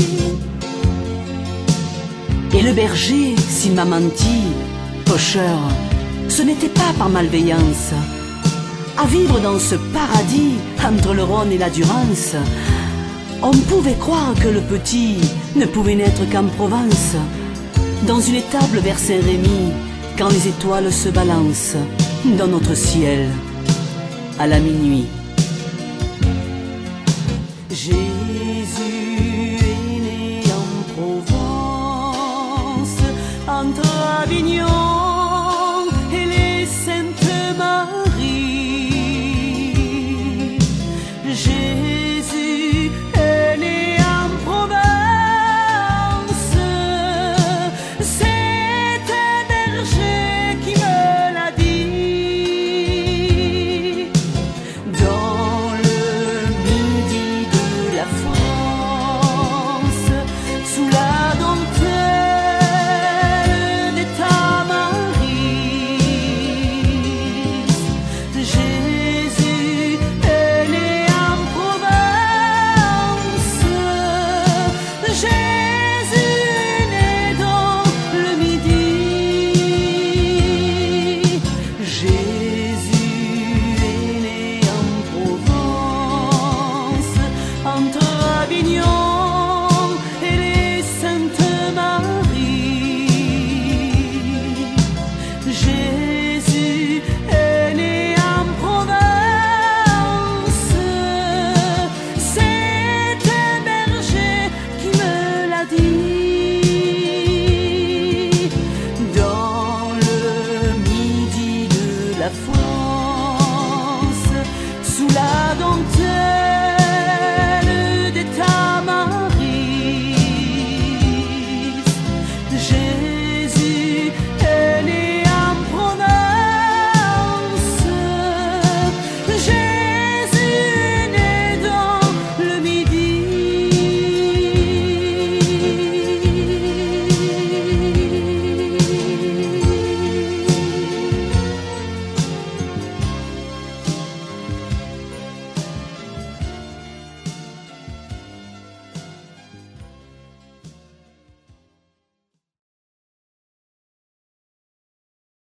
[SPEAKER 1] Et le berger, s'il m'a menti, pocheur, ce n'était pas par malveillance. À vivre dans ce paradis, entre le Rhône et la Durance, on pouvait croire que le petit ne pouvait naître qu'en Provence, dans une étable vers Saint-Rémy, quand les étoiles se balancent dans notre ciel à la minuit. Jésus est né en Provence, entre Avignon et les Saintes Maries. Jésus est né en Provence, c'est un berger qui me l'a dit. Dans le midi de la France, sous la dentelle des tamaris, Jésus est né en Provence. Jésus est né dans le midi. Jésus est né en Provence, entre Avignon et les Saintes Maries. Jésus est né en Provence, c'est un berger qui me l'a dit. Dans le midi de la France, sous la dentelle